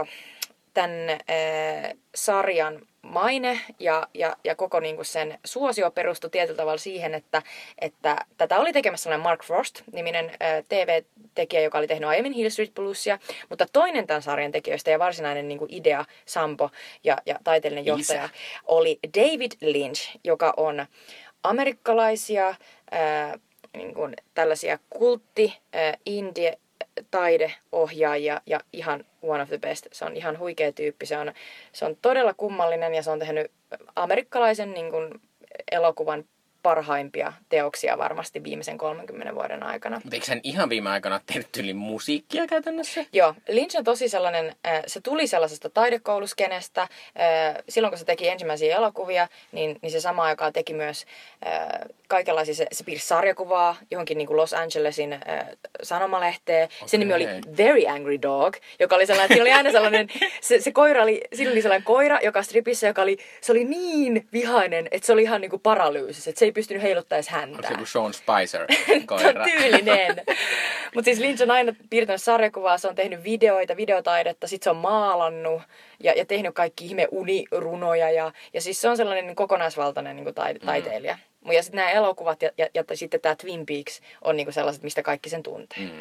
tämän ö, sarjan maine ja, ja, ja koko niin kuin sen suosio perustui tietyllä tavalla siihen, että, että tätä oli tekemässä sellainen Mark Frost-niminen äh, T V-tekijä, joka oli tehnyt aiemmin Hill Street Bluesia, mutta toinen tämän sarjan tekijöistä ja varsinainen niin kuin idea, sampo ja, ja taiteellinen johtaja Isä. oli David Lynch, joka on amerikkalaisia äh, niin kuin tällaisia kultti, äh, indie, taideohjaajia ja ihan one of the best. Se on ihan huikea tyyppi. Se on, se on todella kummallinen ja se on tehnyt amerikkalaisen niin kuin, elokuvan parhaimpia teoksia varmasti viimeisen kolmenkymmenen vuoden aikana. Mutta eikö hän ihan viime aikana tehnyt yli musiikkia käytännössä? Joo, Lynch on tosi sellainen, se tuli sellaisesta taidekouluskenestä. Silloin kun se teki ensimmäisiä elokuvia, niin, niin se samaan aikaan teki myös kaikenlaisia, se, se piirsi sarjakuvaa johonkin niin kuin Los Angelesin äh, sanomalehteen. Okay. Sen nimi oli Very Angry Dog, joka oli sellainen, että siinä oli aina sellainen, se, se koira oli, siinä oli sellainen koira, joka stripissä, joka oli, se oli niin vihainen, että se oli ihan niin kuin paralyysissä, että se ei pystynyt heiluttamaan edes häntää. Onko se kuin Sean Spicer koira? Tyylinen. Mutta siis Lynch on aina piirtänyt sarjakuvaa, se on tehnyt videoita, videotaidetta, sit se on maalannut ja, ja tehnyt kaikki ihme unirunoja ja, ja siis se on sellainen niin kokonaisvaltainen niin kuin taite, taiteilija. Mm. Ja sitten nämä elokuvat ja, ja, ja sitten tämä Twin Peaks on niinku sellaiset, mistä kaikki sen tuntee. Mm.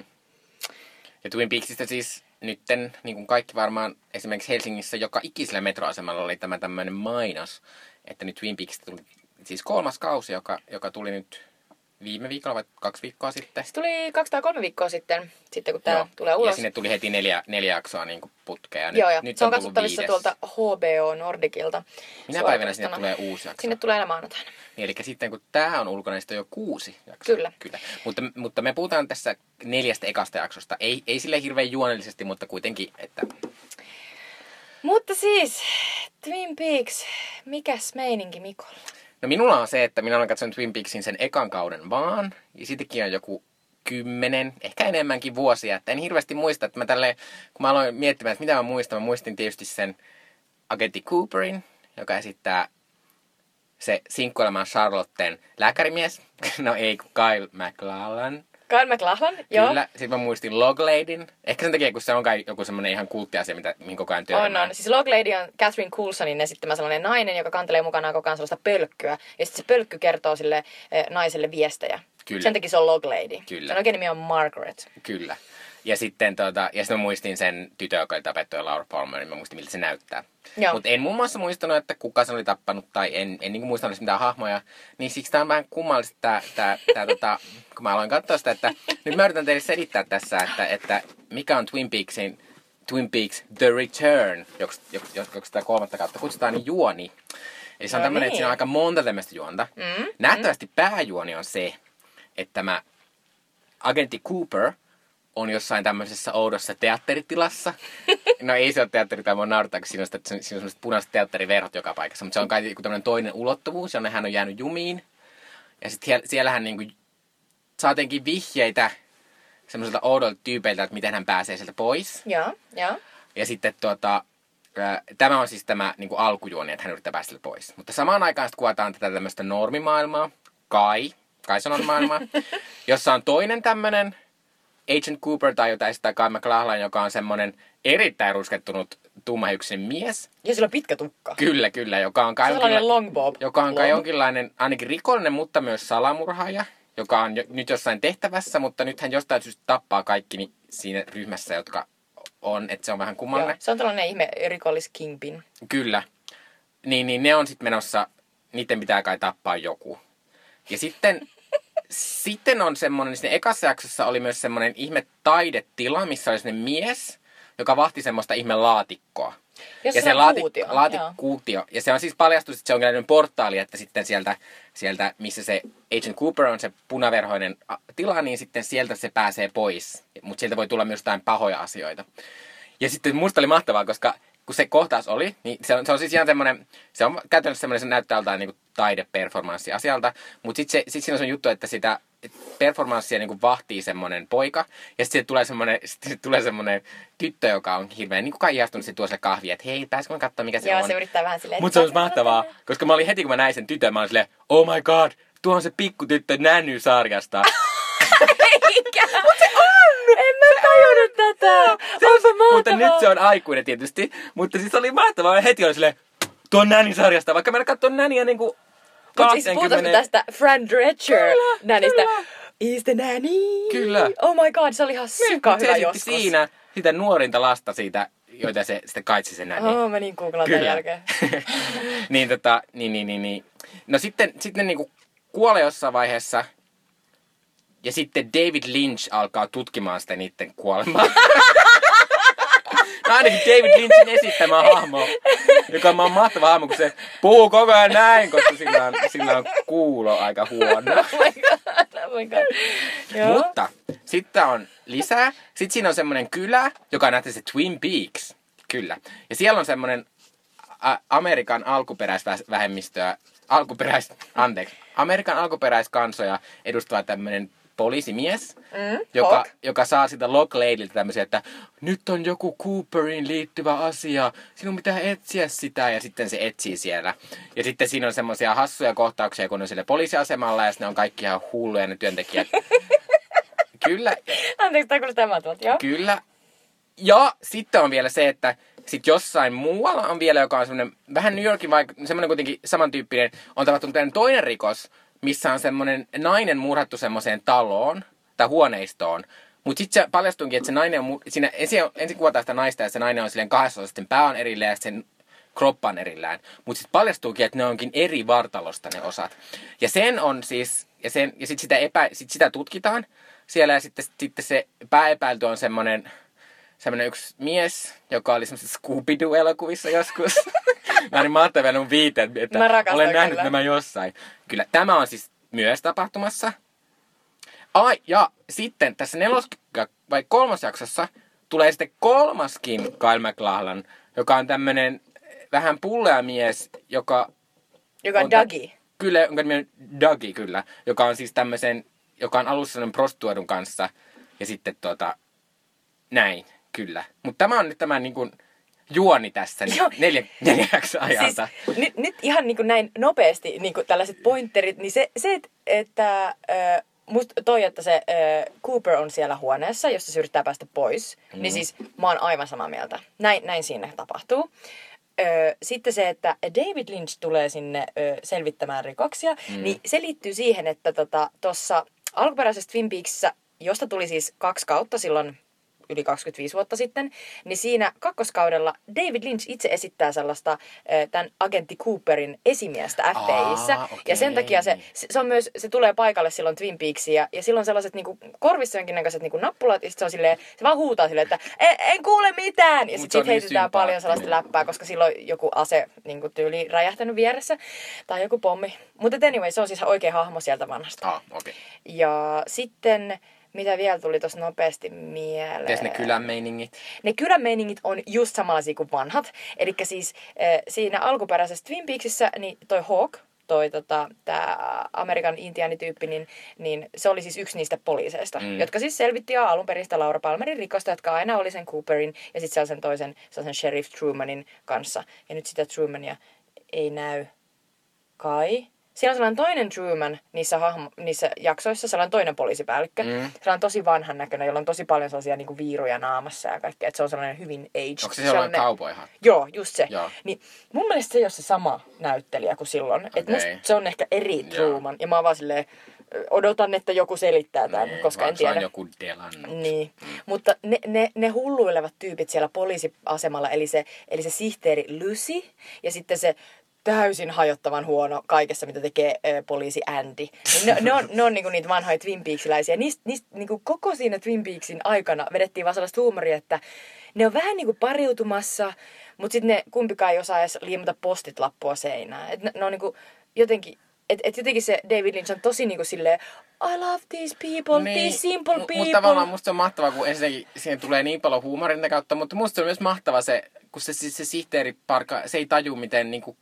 Ja Twin Peaksista siis nytten, niin kuin kaikki varmaan, esimerkiksi Helsingissä joka ikisellä metroasemalla oli tämä tämmöinen mainos, että nyt Twin Peaksista tuli siis kolmas kausi, joka, joka tuli nyt viime viikolla vai kaksi viikkoa sitten. Se tuli kaksi tai kolme viikkoa sitten, sitten kun tämä tulee ulos. Ja sinne tuli heti neljä, neljä jaksoa niin kuin putkea. Joo, joo. Nyt se on, on katsottavissa tuolta H B O Nordicilta. Minä päivänä sinne tulee uusi jakso? Sinne tulee aina maanantaina. Niin, eli sitten kun tämä on ulkona, niin sitten on jo kuusi jaksoa. Kyllä. Kyllä. Mutta, mutta me puhutaan tässä neljästä ekasta jaksosta. Ei, ei sille hirveän juonellisesti, mutta kuitenkin, että... Mutta siis, Twin Peaks, mikäs meininki Mikolla? No minulla on se, että minä olen katsonut Twin Peaksin sen ekan kauden vaan. Ja siitäkin on joku kymmenen, ehkä enemmänkin vuosia. Että en hirveästi muista, että mä tälleen, kun mä aloin miettimään, että mitä mä muistan, mä muistin tietysti sen agentti Cooperin, joka esittää se sinkkuelämän Charlotten lääkärimies. No ei, kun Kyle MacLachlan. Kyle MacLachlan, joo. Kyllä. Sitten mä muistin Logladyn. Ehkä sen takia, kun se on kai joku semmoinen ihan kulttiasia, mitä, mihin koko ajan työnnään. On, on. Siis Loglady on Catherine Coulsonin esittämä sellainen nainen, joka kantelee mukanaan koko ajan sellaista pölkkyä. Ja sitten se pölkky kertoo sille eh, naiselle viestejä. Kyllä. Sen takia se on Loglady. Kyllä. Sen oikein nimi on Margaret. Kyllä. Ja sitten, tota, ja sitten mä muistin sen tytön, joka oli tapettu, ja Laura Palmer, niin mä muistin, miltä se näyttää. Mutta en muun muassa muistanut, että kuka sen oli tappanut, tai en, en niin muistanut mitään hahmoja. Niin siksi tää on vähän kummallista, tää, tää, tää, tota, kun mä aloin katsoa sitä, että nyt mä yritän teille selittää tässä, että, että mikä on Twin Peaksin, Twin Peaks The Return, joksi, joksi tämä kolmatta kautta kutsutaan, niin juoni. Eli se on no tämmöinen, niin. Että siinä on aika monta tämmöistä juonta. Mm, Nähtävästi mm. pääjuoni on se, että tämä agentti Cooper on jossain tämmöisessä oudossa teatteritilassa. No ei se ole teatteritila, mä naurattaa, kun siinä on, siinä on sellaiset punaiset teatteriverhot joka paikassa. Mutta se on kai tämmöinen toinen ulottuvuus, jonne hän on jäänyt jumiin. Ja sitten siellähän niinku saa jotenkin vihjeitä semmoiselta oudolta tyypeiltä, että miten hän pääsee sieltä pois. Joo, joo. Ja sitten tuota, ää, tämä on siis tämä niinku alkujuoni, että hän yrittää päästä sieltä pois. Mutta samaan aikaan sitten kuvataan tätä tämmöistä normimaailmaa, Kai, Kai sanon maailmaa, jossa on toinen tämmöinen Agent Cooper tai jotain sitä Kyle MacLachlan, joka on semmoinen erittäin ruskettunut tummahiuksinen mies. Ja sillä on pitkä tukka. Kyllä, kyllä. Joka on kai, sellainen long bob. Joka on kai jonkinlainen, ainakin rikollinen, mutta myös salamurhaaja, joka on jo, nyt jossain tehtävässä, mutta nyt hän jostain syystä tappaa kaikki siinä ryhmässä, jotka on, että se on vähän kummallinen. Joo, se on tällainen ihme rikollis kingpin. Kyllä. Niin, niin ne on sitten menossa, niiden pitää kai tappaa joku. Ja sitten... Sitten on semmoinen, siinä ekassa jaksossa oli myös semmoinen ihme taidetila, missä oli semmoinen mies, joka vahti semmoista ihme laatikkoa. Ja se, se on laati, kuutio. Laatikuutio. Ja se on siis paljastus, että se on sellainen portaali, että sitten sieltä, sieltä, missä se Agent Cooper on se punaverhoinen tila, niin sitten sieltä se pääsee pois. Mutta sieltä voi tulla myös jotain pahoja asioita. Ja sitten musta oli mahtavaa, koska kun se kohtaus oli, niin se on, se on siis ihan semmoinen, se on käytännössä semmoinen, se näyttää joltain niin kuin taideperformanssi asialta, mutta sitten sit siinä on semmoinen juttu, että sitä, performanssia niin kuin vahtii semmoinen poika. Ja sitten tulee semmoinen, sit tulee semmoinen tyttö, joka on hirveän niin kuin ihastunut, se tuo sille kahvia, että hei, pääsikö mä katsomaan, mikä se Joo, on. se yrittää vähän silleen. Mutta se olisi mahtavaa, koska mä olin heti, kun mä näin sen tytön, mä olin silleen, oh my god, tuo on se pikkutyttö Nänny-sarjasta. Eikä! Mutta se on! En mä tajunnut tätä! Onpa mahtavaa! Mutta nyt se on aikuinen tietysti. Mutta siis oli mahtavaa, ja heti oli silleen, tuo on Nänny-sarjasta, vaikka mä en katso Nänniä niinku Mutta siis puhutaanko tästä Fran Drescher-nänistä? Is the nanny? Kyllä. Oh my god, se oli ihan sika hyvä joskus. siinä sitä nuorinta lasta siitä, joita se sitten kaitsi sen nänni. Oh, mä niin googlaan tämän jälkeen. niin tota, niin, niin, niin, niin. No sitten, sitten niinku kuolee jossain vaiheessa. Ja sitten David Lynch alkaa tutkimaan sitä niiden kuolemaa. No ainakin David Lynchin esittämä hahmo, joka on mahtava hahmo, kun se puhuu koko ajan näin, koska sillä on, sillä on kuulo aika huono. Oh my god, oh my god. Joo. Mutta sitten on lisää. Sitten siinä on semmoinen kylä, joka näette se Twin Peaks. Kyllä. Ja siellä on semmoinen ä, Amerikan alkuperäisvähemmistöä, alkuperäis, anteeksi, Amerikan alkuperäiskansoja edustava tämmöinen poliisimies, Mm, joka, Hawk. joka saa sitä Lockladylta tämmöisiä, että nyt on joku Cooperiin liittyvä asia, sinun pitää etsiä sitä, ja sitten se etsii siellä. Ja sitten siinä on semmoisia hassuja kohtauksia, kun on siellä poliisiasemalla, ja ne on kaikki ihan hulluja ne työntekijät. Kyllä. Anteeksi, tämä kuulostaa mahtavalta, joo. Kyllä. Ja sitten on vielä se, että sit jossain muualla on vielä, joka on semmoinen vähän New Yorkin, vaikka semmoinen kuitenkin samantyyppinen, on tapahtunut toinen rikos, missä on semmoinen nainen murhattu semmoiseen taloon tai huoneistoon. Mutta sitten se paljastuikin, että se nainen on, siinä ensin, ensin kuvataan sitä naista ja se nainen on silleen kahdessa osassa, sen pää on erillään ja sen kroppa on erillään. Mutta sitten paljastuukin, että ne onkin eri vartalosta ne osat. Ja sen on siis, ja, sen, ja sitten sitä, epä, sit sitä tutkitaan siellä ja sitten, sitten se pääepäilty on semmoinen, semmoinen yksi mies, joka oli semmoisessa Scooby-Doo-elokuvissa joskus. Mä olin mahtavia mun viiteen, että olen nähnyt kyllä nämä jossain. Kyllä, tämä on siis myös tapahtumassa. Ai, ja sitten tässä nelos- vai kolmosjaksossa tulee sitten kolmaskin Kyle MacLachlan, joka on tämmönen vähän pullea mies, joka... Joka on, on Dougie. Tä- kyllä, jonka nimi on Dougie, kyllä. Joka on siis tämmöisen, joka on alussa sellainen prostituoidun kanssa. Ja sitten tota, näin, kyllä. Mutta tämä on nyt tämä niin kuin juoni tässä niin neljä, neljäksi ajalta. Siis, nyt, nyt ihan niin kuin näin nopeasti niin kuin tällaiset pointterit, niin se, se että... Äh, musta toi, että se äh, Cooper on siellä huoneessa, josta se yrittää päästä pois, mm. niin siis mä oon aivan samaa mieltä. Näin, näin siinä tapahtuu. Ö, sitten se, että David Lynch tulee sinne ö, selvittämään rikoksia, mm. niin se liittyy siihen, että tuossa tota, alkuperäisessä Twin Peaksissa, josta tuli siis kaksi kautta silloin yli kaksikymmentäviisi vuotta sitten, niin siinä kakkoskaudella David Lynch itse esittää sellaista äh, tämän agentti Cooperin esimiestä F B I:ssä. Aa, okay. Ja sen takia se, se, on myös, se tulee paikalle silloin Twin Peaksiin ja, ja silloin sellaiset niinku, korvissa jonkinnäköiset niinku, nappulat ja sit se on silleen, se vaan huutaa silleen, että en, en kuule mitään! Ja sitten sit heitetään niin paljon sellaista läppää, koska silloin joku ase niinku, tyyli räjähtänyt vieressä tai joku pommi. Mutta anyway, se on siis oikea hahmo sieltä vanhasta. Ah, okay. Ja sitten... Mitä vielä tuli tuossa nopeasti mieleen? Mites ne kylän meiningit? Ne kylän meiningit on just samanlaisia kuin vanhat. Eli siis äh, siinä alkuperäisessä Twin Peaksissä niin toi Hawk, toi tota, tää Amerikan intiaanityyppi, niin, niin se oli siis yksi niistä poliiseista, mm. jotka siis selvitti jo alun perin sitä Laura Palmerin rikosta, jotka aina oli sen Cooperin ja sitten sellaisen toisen sellaisen Sheriff Trumanin kanssa. Ja nyt sitä Trumania ei näy kai. Siellä on sellainen toinen Truman niissä, hahmo, niissä jaksoissa, sellainen toinen poliisipäällikkö. Mm. Sellainen tosi vanhan näköinen, jolla on tosi paljon sellaisia niin kuin viiruja naamassa ja kaikkea. Että se on sellainen hyvin aged. Onko se sellainen cowboyhat? Joo, just se. Joo. Niin mun mielestä se ei ole se sama näyttelijä kuin silloin. Okay. Että musta se on ehkä eri Truman. Joo. Ja mä oon vaan silleen, odotan, että joku selittää tämän, nee, koska en tiedä. Se on joku delannut. Niin. Mm. Mutta ne, ne, ne hulluilevat tyypit siellä poliisiasemalla, eli se, eli se sihteeri Lucy ja sitten se täysin hajottavan huono kaikessa, mitä tekee ö, poliisi Andy. Ne, ne on, ne on niinku niitä vanhoja Twin Peaksiläisiä. Niistä, niistä niinku koko siinä Twin Peaksin aikana vedettiin vaan sellaista huumoria, että ne on vähän niinku pariutumassa, mutta sitten ne kumpikaan ei osaa edes liimata postit lappua seinään. Et ne, ne on niinku jotenkin, et, et jotenkin se David Lynch on tosi niinku silleen, I love these people, niin, these simple people. Mutta tavallaan musta se on mahtavaa, kun ensinnäkin siihen tulee niin paljon huumorin kautta, mutta musta se on myös mahtavaa se, kun se, se, se sihteeri parka, se ei taju miten niinku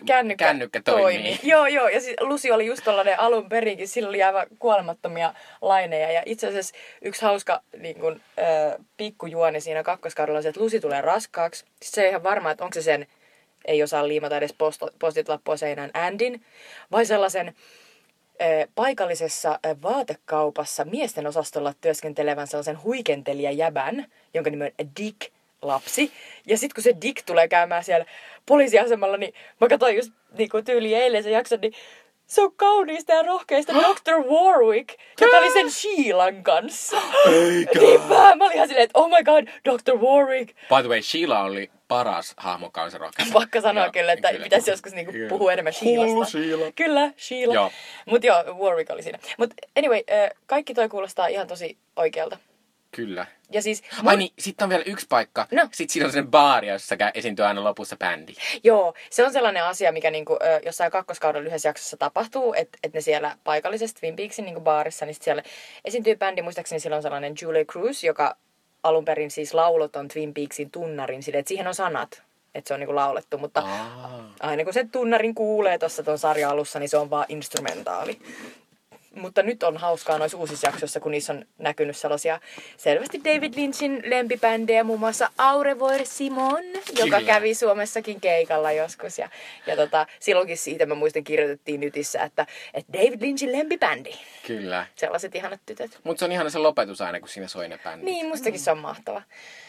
kännykkä, kännykkä toimii. toimi. Joo, joo. Ja siis Lucy oli just tollainen alun perinkin. Sillä oli aivan kuolemattomia laineja. Ja itse asiassa yksi hauska niin kun, äh, pikkujuoni siinä kakkoskaudella on se, että Lucy tulee raskaaksi. Sitten se ei ihan varma, että onko se sen, ei osaa liimata edes posto, postit lappua seinään, Andin, vai sellaisen äh, paikallisessa äh, vaatekaupassa miesten osastolla työskentelevän sellaisen huikentelijäjäbän, jonka nimi on Dick lapsi. Ja sitten kun se Dick tulee käymään siellä poliisiasemalla, niin mä katsoin just niinku tyyliin eilen sen jakson, niin se on kauniista ja rohkeista doktor Warwick, joka oli sen Sheilan kanssa. Eikä. Niin mä, mä olin ihan silleen, että oh my god, doktor Warwick. By the way, Sheila oli paras hahmo Kansan rohkeassa. Pakka sanoa Joo, kyllä, että kyllä. pitäisi joskus niinku Kyllä. puhua enemmän Sheilasta. Hullu Sheila. Kyllä, Sheila. Joo. Mut joo, Warwick oli siinä. Mut anyway, kaikki toi kuulostaa ihan tosi oikealta. Kyllä. Ja siis... Ai niin, sitten on vielä yksi paikka. No. Sitten siinä on sellainen baari, jossa kä- esiintyy aina lopussa bändi. Joo, se on sellainen asia, mikä niinku, ö, jossain kakkoskauden lyhyessä jaksossa tapahtuu, että et ne siellä paikallisessa Twin Peaksin niinku baarissa, niin sit siellä esiintyy bändi. Muistaakseni siellä on sellainen Julie Cruz, joka alun perin siis lauloton Twin Peaksin tunnarin, sille, että siihen on sanat, että se on niinku laulettu, mutta Aa. aina kun sen tunnarin kuulee tuossa ton sarjan alussa, niin se on vaan instrumentaali. Mutta nyt on hauskaa noissa uusissa jaksoissa, kun niissä on näkynyt sellaisia selvästi David Lynchin lempibändejä, muun muassa Aurevor Simon, joka Kyllä. kävi Suomessakin keikalla joskus. Ja, ja tota, silloinkin siitä mä muistan kirjoitettiin nytissä, että, että David Lynchin lempibändi. Kyllä. Sellaiset ihanat tytöt. Mutta se on ihana se lopetus aina, kun siinä soi ne bändit. Niin, mustakin se on mahtava.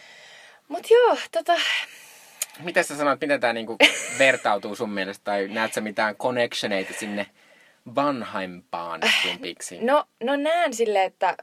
Mut joo, tota... Miten sä sanoit, miten tää niinku vertautuu sun mielestä? Tai näet sä mitään connectioneita sinne vanhaimpaan Twin Peaksiin? No, no näen silleen, että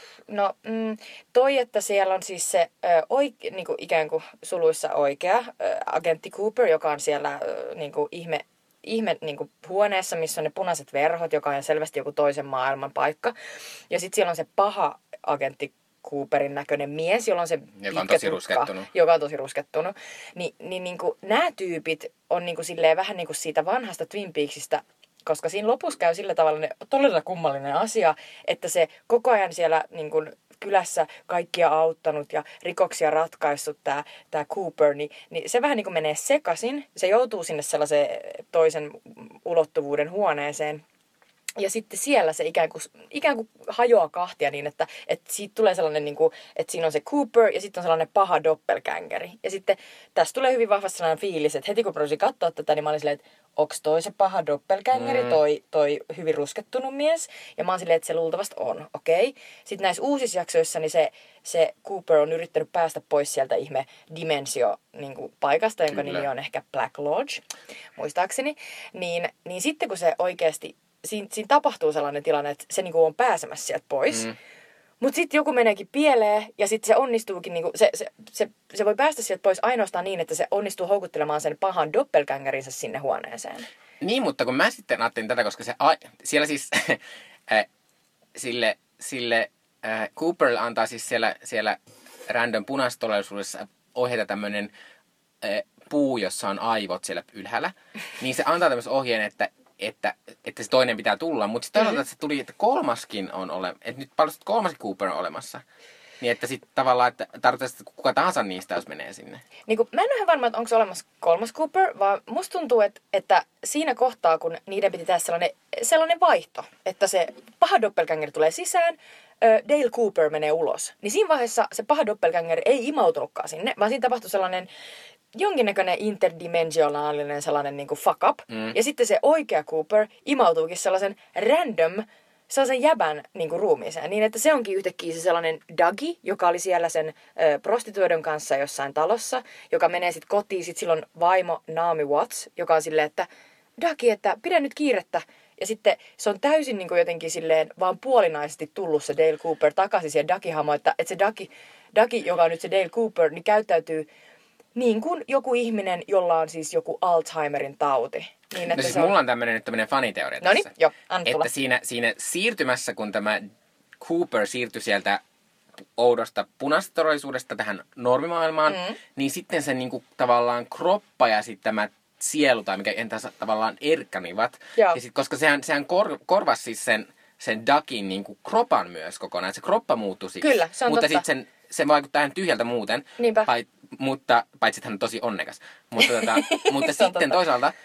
no mm, toi, että siellä on siis se ö, oike, niinku ikään kuin suluissa oikea ö, agentti Cooper, joka on siellä ö, niinku ihme, ihme niinku huoneessa, missä on ne punaiset verhot, joka on selvästi joku toisen maailman paikka. Ja sitten siellä on se paha agentti Cooperin näköinen mies, jolla on se Joka on pitkä tosi tukka, ruskettunut. joka on tosi ruskettunut. Ni, niin niinku, nämä tyypit on niinku silleen vähän niinku siitä vanhasta Twin Peaksista, koska siinä lopussa käy sillä tavalla ne, todella kummallinen asia, että se koko ajan siellä niin kuin kylässä kaikkia auttanut ja rikoksia ratkaissut tämä tää Cooper, niin, niin se vähän niin kuin menee sekaisin. Se joutuu sinne sellaiseen toisen ulottuvuuden huoneeseen. Ja sitten siellä se ikään kuin, ikään kuin hajoaa kahtia niin, että, että siitä tulee sellainen, niin kuin, että siinä on se Cooper ja sitten on sellainen paha doppelgängeri. Ja sitten tässä tulee hyvin vahvasti sellainen fiilis, että heti kun mä katsoa tätä, niin mä olin silleen, että onko toi se paha doppelgängeri, mm. toi, toi hyvin ruskettunut mies. Ja mä oon silleen, että se luultavasti on, okei. Okay. Sitten näissä uusissa jaksoissa niin se, se Cooper on yrittänyt päästä pois sieltä ihme dimensio niin kuin paikasta, jonka Kyllä. nimi on ehkä Black Lodge, muistaakseni. Niin, niin sitten kun se oikeasti... Siinä, siinä tapahtuu sellainen tilanne, että se niinku on pääsemässä sieltä pois. Mm. Mutta sitten joku meneekin pieleen ja sitten se onnistuukin, niinku, se, se, se, se voi päästä sieltä pois ainoastaan niin, että se onnistuu houkuttelemaan sen pahan doppelgängerinsä sinne huoneeseen. Niin, mutta kun mä sitten ajattelin tätä, koska se, a, siellä siis äh, sille, sille äh, Cooperille antaa siis siellä, siellä random punastolallisuudessa ohjeita tämmöinen äh, puu, jossa on aivot siellä ylhäällä. Niin se antaa tämmöisen ohjeen, että Että, että se toinen pitää tulla, mutta sitten toisaalta, että se tuli, että kolmaskin on olemassa, että nyt paljon kolmaskin Cooper on olemassa. Niin, että sitten tavallaan, että tarkoittaa, että kuka tahansa niistä, jos menee sinne. Niin kun, mä en ole ihan varma, että onko se olemassa kolmas Cooper, vaan musta tuntuu, että, että siinä kohtaa, kun niiden piti tehdä sellainen, sellainen vaihto, että se paha doppelganger tulee sisään, Dale Cooper menee ulos, niin siinä vaiheessa se paha doppelganger ei imautunutkaan sinne, vaan siinä tapahtui sellainen jonkinnäköinen interdimensionaalinen sellainen niin kuin fuck up. Mm. Ja sitten se oikea Cooper imautuukin sellaisen random, sellaisen jäbän niin kuin ruumiiseen. Niin, että se onkin yhtäkkiä se sellainen Dougie, joka oli siellä sen ö, prostituoidun kanssa jossain talossa, joka menee sitten kotiin. Sitten silloin vaimo Naomi Watts, joka on silleen, että Dougie, että pidä nyt kiirettä. Ja sitten se on täysin niin kuin jotenkin silleen vaan puolinaisesti tullut se Dale Cooper takaisin siihen Dougie-hamoon. Että, että se Dougie, Dougie, joka on nyt se Dale Cooper, niin käyttäytyy niin kuin joku ihminen, jolla on siis joku Alzheimerin tauti. Niin, että no siis se on... mulla on tämmöinen nyt tämmöinen faniteoria tässä. Noniin, joo, anna tulla. Että siinä, siinä siirtymässä, kun tämä Cooper siirtyi sieltä oudosta punaisesta todellisuudesta tähän normimaailmaan, mm. niin sitten se niinku tavallaan kroppa ja sitten tämä sielu, tai mikä entäs tavallaan erkkanivat. Joo. Ja sit, koska sehän, sehän kor, korvasi siis sen, sen Dugin niinku kropan myös kokonaan. Se kroppa muuttui siksi. Kyllä, se on mutta totta. sitten se vaikuttaa ihan tyhjältä muuten. Niinpä. Pai, mutta, paitsi että hän on tosi onnekas. Mutta, tota, mutta sitten toisaalta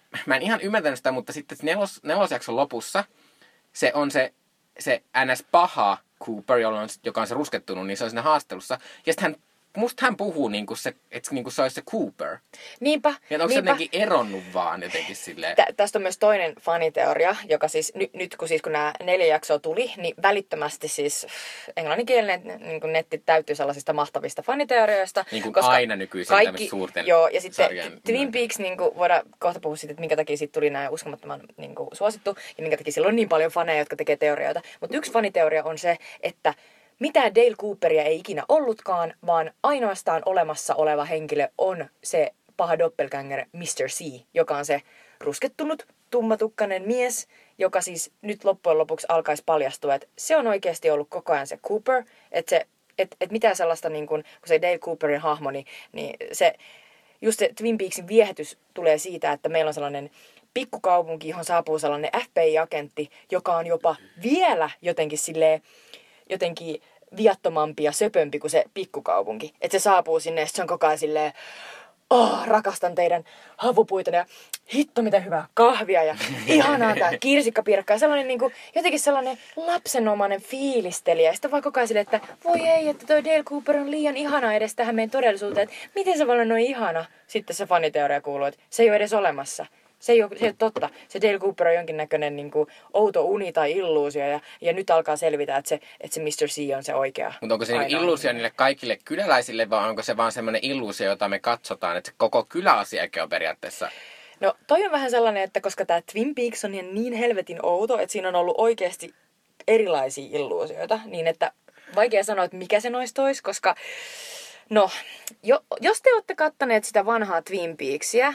mä en ihan ymmärtänyt sitä, mutta sitten nelos, nelosjakson lopussa se on se, se ns. Paha Cooper, jolla on, joka on se ruskettunut, niin se on siinä haastelussa. Ja sitten hän, musta hän puhuu niin kuin se, että niin kuin se olisi se Cooper. Niinpä. Ja onko niinpä. se jotenkin eronnut vaan jotenkin silleen? Tä, tästä on myös toinen faniteoria, joka siis ny, nyt kun, siis kun nämä neljä jaksoa tuli, niin välittömästi siis englanninkielinen niin kuin netti täytyy sellaisista mahtavista faniteorioista. Niin kuin aina nykyisin kaikki, tämmöistä suurten joo, ja sitten sarjan Twin Peaks, niin kuin voidaan kohta puhua siitä, että minkä takia siitä tuli näin uskomattoman niin kuin suosittu, ja minkä takia sillä on niin paljon faneja, jotka tekee teorioita. Mutta yksi faniteoria on se, että mitään Dale Cooperia ei ikinä ollutkaan, vaan ainoastaan olemassa oleva henkilö on se paha doppelganger mister C, joka on se ruskettunut, tummatukkainen mies, joka siis nyt loppujen lopuksi alkaisi paljastua, että se on oikeasti ollut koko ajan se Cooper, että se, et, et mitään sellaista, niin kun, kun se Dale Cooperin hahmo, niin, niin se, just se Twin Peaksin viehätys tulee siitä, että meillä on sellainen pikkukaupunki, johon saapuu sellainen F B I-agentti, joka on jopa vielä jotenkin silleen, jotenkin viattomampi ja söpömpi kuin se pikkukaupunki. Että se saapuu sinne ja se on koko ajan silleen, oh, rakastan teidän havupuitone ja hitto miten hyvää kahvia ja ihanaa tää kirsikkapiirakka. Ja sellainen niin kuin, jotenkin sellainen lapsenomainen fiilistelijä. Ja sitten vaan koko ajan silleen, että voi ei, että toi Dale Cooper on liian ihana edes tähän meidän todellisuuteen. Että miten se voi olla noin ihana? Sitten se faniteoria kuuluu, että se ei ole edes olemassa. Se ei, ole, se ei ole totta. Se Dale Cooper on jonkinnäköinen niin kuin outo uni tai illuusio. Ja, ja nyt alkaa selvitä, että se, että se mister C on se oikea. Mutta onko se niin illuusio niille kaikille kyläläisille, vai onko se vaan semmoinen illuusio, jota me katsotaan, että se koko kyläasiakin on periaatteessa? No toi on vähän sellainen, että koska tämä Twin Peaks on niin helvetin outo, että siinä on ollut oikeasti erilaisia illuusioita, niin että vaikea sanoa, että mikä se noista olisi, koska no, jo, jos te olette kattaneet sitä vanhaa Twin Peaksia,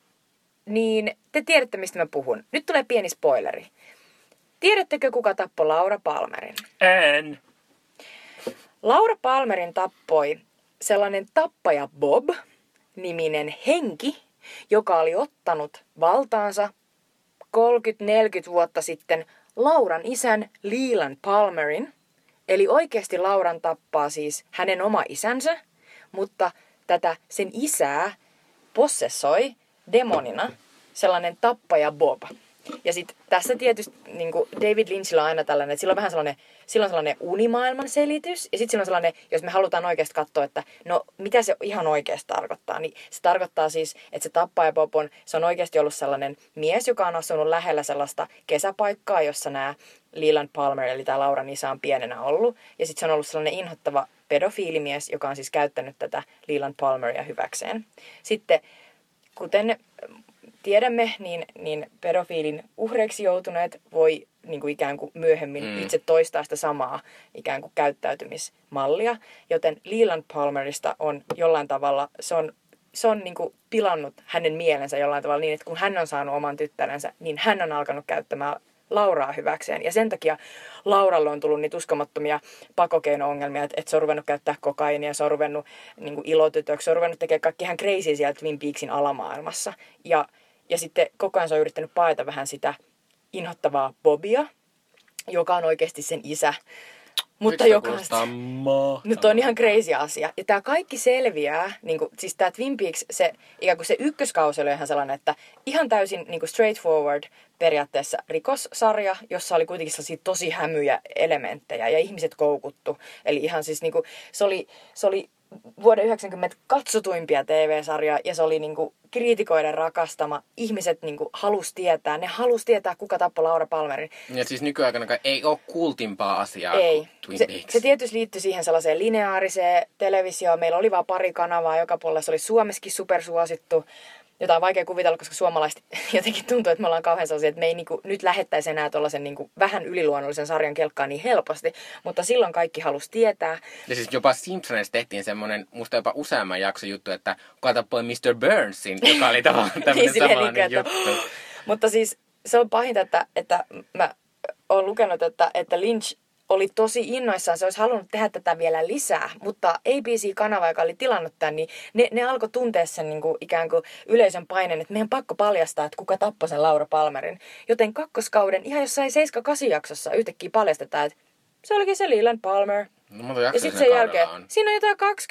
niin te tiedätte, mistä mä puhun. Nyt tulee pieni spoileri. Tiedättekö, kuka tappoi Laura Palmerin? En. Laura Palmerin tappoi sellainen tappaja Bob-niminen henki, joka oli ottanut valtaansa kolmekymmentä neljäkymmentä vuotta sitten Lauran isän Leland Palmerin. Eli oikeasti Lauran tappaa siis hänen oma isänsä, mutta tätä sen isää possessoi demonina sellainen tappaja Bob. Ja sitten tässä tietysti niin kuin David Lynchillä on aina tällainen, että sillä on vähän sellainen, sillä on sellainen unimaailman selitys. Ja sitten sillä on sellainen, jos me halutaan oikeasti katsoa, että no mitä se ihan oikeasti tarkoittaa. Niin se tarkoittaa siis, että se tappaja Bob on, se on oikeasti ollut sellainen mies, joka on asunut lähellä sellaista kesäpaikkaa, jossa nämä Leland Palmer, eli tämä Lauran isä, on pienenä ollut. Ja sitten se on ollut sellainen inhottava pedofiilimies, joka on siis käyttänyt tätä Leland Palmeria hyväkseen. Sitten kuten tiedämme, niin, niin pedofiilin uhreiksi joutuneet voi niin kuin ikään kuin myöhemmin mm. itse toistaa sitä samaa ikään kuin käyttäytymismallia. Joten Leland Palmerista on jollain tavalla, se on, se on niin kuin pilannut hänen mielensä jollain tavalla niin, että kun hän on saanut oman tyttärensä, niin hän on alkanut käyttämään Lauraa hyväkseen. Ja sen takia Lauralle on tullut niitä uskomattomia pakokeino-ongelmia, että, että se on ruvennut käyttää kokainia, se on ruvennut niin kuin ilotytöksi, se on ruvennut tekemään kaikki ihan crazy siellä Twin Peaksin alamaailmassa. Ja, ja sitten koko ajan se on yrittänyt paeta vähän sitä inhottavaa Bobia, joka on oikeasti sen isä. Mutta joka on, nyt on ihan crazy asia. Ja tämä kaikki selviää, niin kuin, siis tämä Twin Peaks, se, ikään kuin se ykköskausi oli ihan sellainen, että ihan täysin niin kuin straightforward periaatteessa rikossarja, jossa oli kuitenkin sellaisia tosi hämyjä elementtejä ja ihmiset koukuttu. Eli ihan siis niin kuin, se oli, se oli vuoden yhdeksänkymmentä katsotuimpia T V-sarjaa ja se oli niinku kriitikoiden rakastama. Ihmiset niinku halus tietää, ne halus tietää, kuka tappoi Laura Palmerin. Ja siis nykyaikana ei ole kuultimpaa asiaa ei. kuin Twin se, Peaks. se tietysti liittyi siihen sellaiseen lineaariseen televisioon. Meillä oli vaan pari kanavaa, joka puolella se oli Suomessakin supersuosittu. Jota on vaikea kuvitella, koska suomalaiset jotenkin tuntuu, että me ollaan kauhean sellaisia, että me ei niinku nyt lähettäisi enää tuollaisen niinku vähän yliluonnollisen sarjan kelkkaan niin helposti. Mutta silloin kaikki halusi tietää. Ja siis jopa Simpsonissa tehtiin semmoinen, musta jopa useamman jakson juttu, että kuka tappoi mister Burnsin, joka oli tavallaan tämmöinen niin, samanlainen niin, juttu. Että, mutta siis se on pahinta, että, että mä oon lukenut, että, että Lynch oli tosi innoissaan, se olisi halunnut tehdä tätä vielä lisää, mutta A B C-kanava, joka oli tilannut tämän, niin ne, ne alkoi tuntea sen niin kuin, ikään kuin yleisön paineen, että meidän pakko paljastaa, että kuka tappoi sen Laura Palmerin. Joten kakkoskauden ihan jossain seitsemän kahdeksan jaksossa yhtäkkiä paljastetaan, että se olikin se Leland Palmer. No, ja sitten sen jälkeen, on? Siinä on jotain kaksikymmentä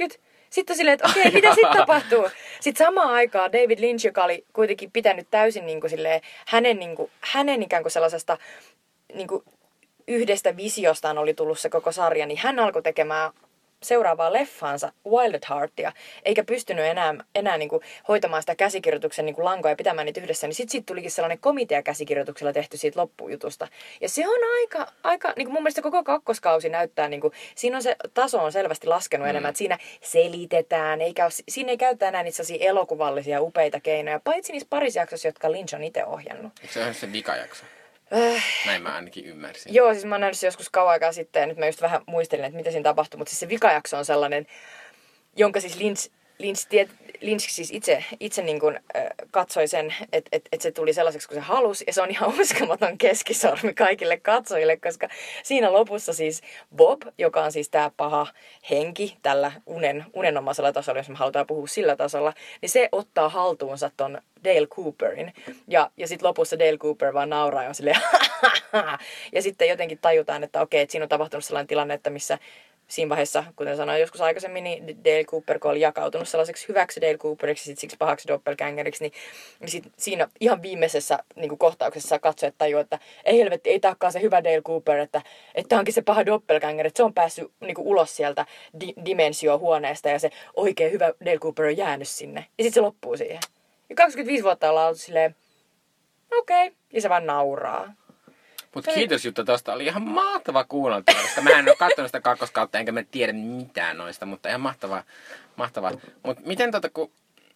Sitten silleen, että okei, mitä sitten tapahtuu? Sitten samaan aikaan David Lynch, joka oli kuitenkin pitänyt täysin niin kuin silleen, hänen, niin kuin, hänen ikään kuin sellaisesta niin kuin yhdestä visiostaan oli tullut se koko sarja, niin hän alkoi tekemään seuraavaa leffaansa, Wild at Heartia, eikä pystynyt enää, enää niin kuin hoitamaan sitä käsikirjoituksen niin kuin lankoja ja pitämään niitä yhdessä, niin sitten siitä tulikin sellainen komitea käsikirjoituksella tehty siitä loppujutusta. Ja se on aika, aika niin kuin mun mielestä koko kakkoskausi näyttää, niin kuin, siinä on se taso on selvästi laskenut mm. enemmän, että siinä selitetään, eikä ole, siinä ei käytä enää niitä sellaisia elokuvallisia upeita keinoja, paitsi niissä parissa jaksossa, jotka Lynch on itse ohjannut. Eikö se ole se vikajakso? Näin mä ainakin ymmärsin. Joo, siis mä oon nähnyt se joskus kauan aikaa sitten ja nyt mä just vähän muistelin, että mitä siinä tapahtui. Mutta siis se vikajakso on sellainen, jonka siis Lynch, Lynch, tiet, Lynch siis itse, itse niin kuin, äh, katsoi sen, että et, et se tuli sellaiseksi kuin se halusi. Ja se on ihan uskomaton keskisormi kaikille katsojille, koska siinä lopussa siis Bob, joka on siis tää paha henki tällä unen, unenomaisella tasolla, jos me halutaan puhua sillä tasolla, niin se ottaa haltuunsa ton Dale Cooperin. Ja, ja sitten lopussa Dale Cooper vaan nauraa ja on silleen ja sitten jotenkin tajutaan, että okei, että siinä on tapahtunut sellainen tilanne, että missä siinä vaiheessa, kuten sanoin joskus aikaisemmin, niin Dale Cooper, kun oli jakautunut sellaiseksi hyväksi Dale Cooperiksi ja sitten siksi pahaksi doppelgängeriksi, niin, niin sit siinä ihan viimeisessä niin kuin kohtauksessa katsojat tajuu, että ei helvetti, ei taakaan se hyvä Dale Cooper, että tämä onkin se paha doppelganger, että se on päässyt niin kuin ulos sieltä di- dimensiohuoneesta ja se oikein hyvä Dale Cooper on jäänyt sinne. Ja sitten se loppuu siihen. Ja kaksikymmentäviisi vuotta ollaan oltu silleen, okei, okay. Ja se vaan nauraa. Mutta kiitos Jutta tosta. Oli ihan mahtava kuunnella, koska mä en ole katsonut sitä kakkoskautta, enkä mä tiedä mitään noista, mutta ihan mahtavaa. mahtavaa. Mutta miten tota, kun...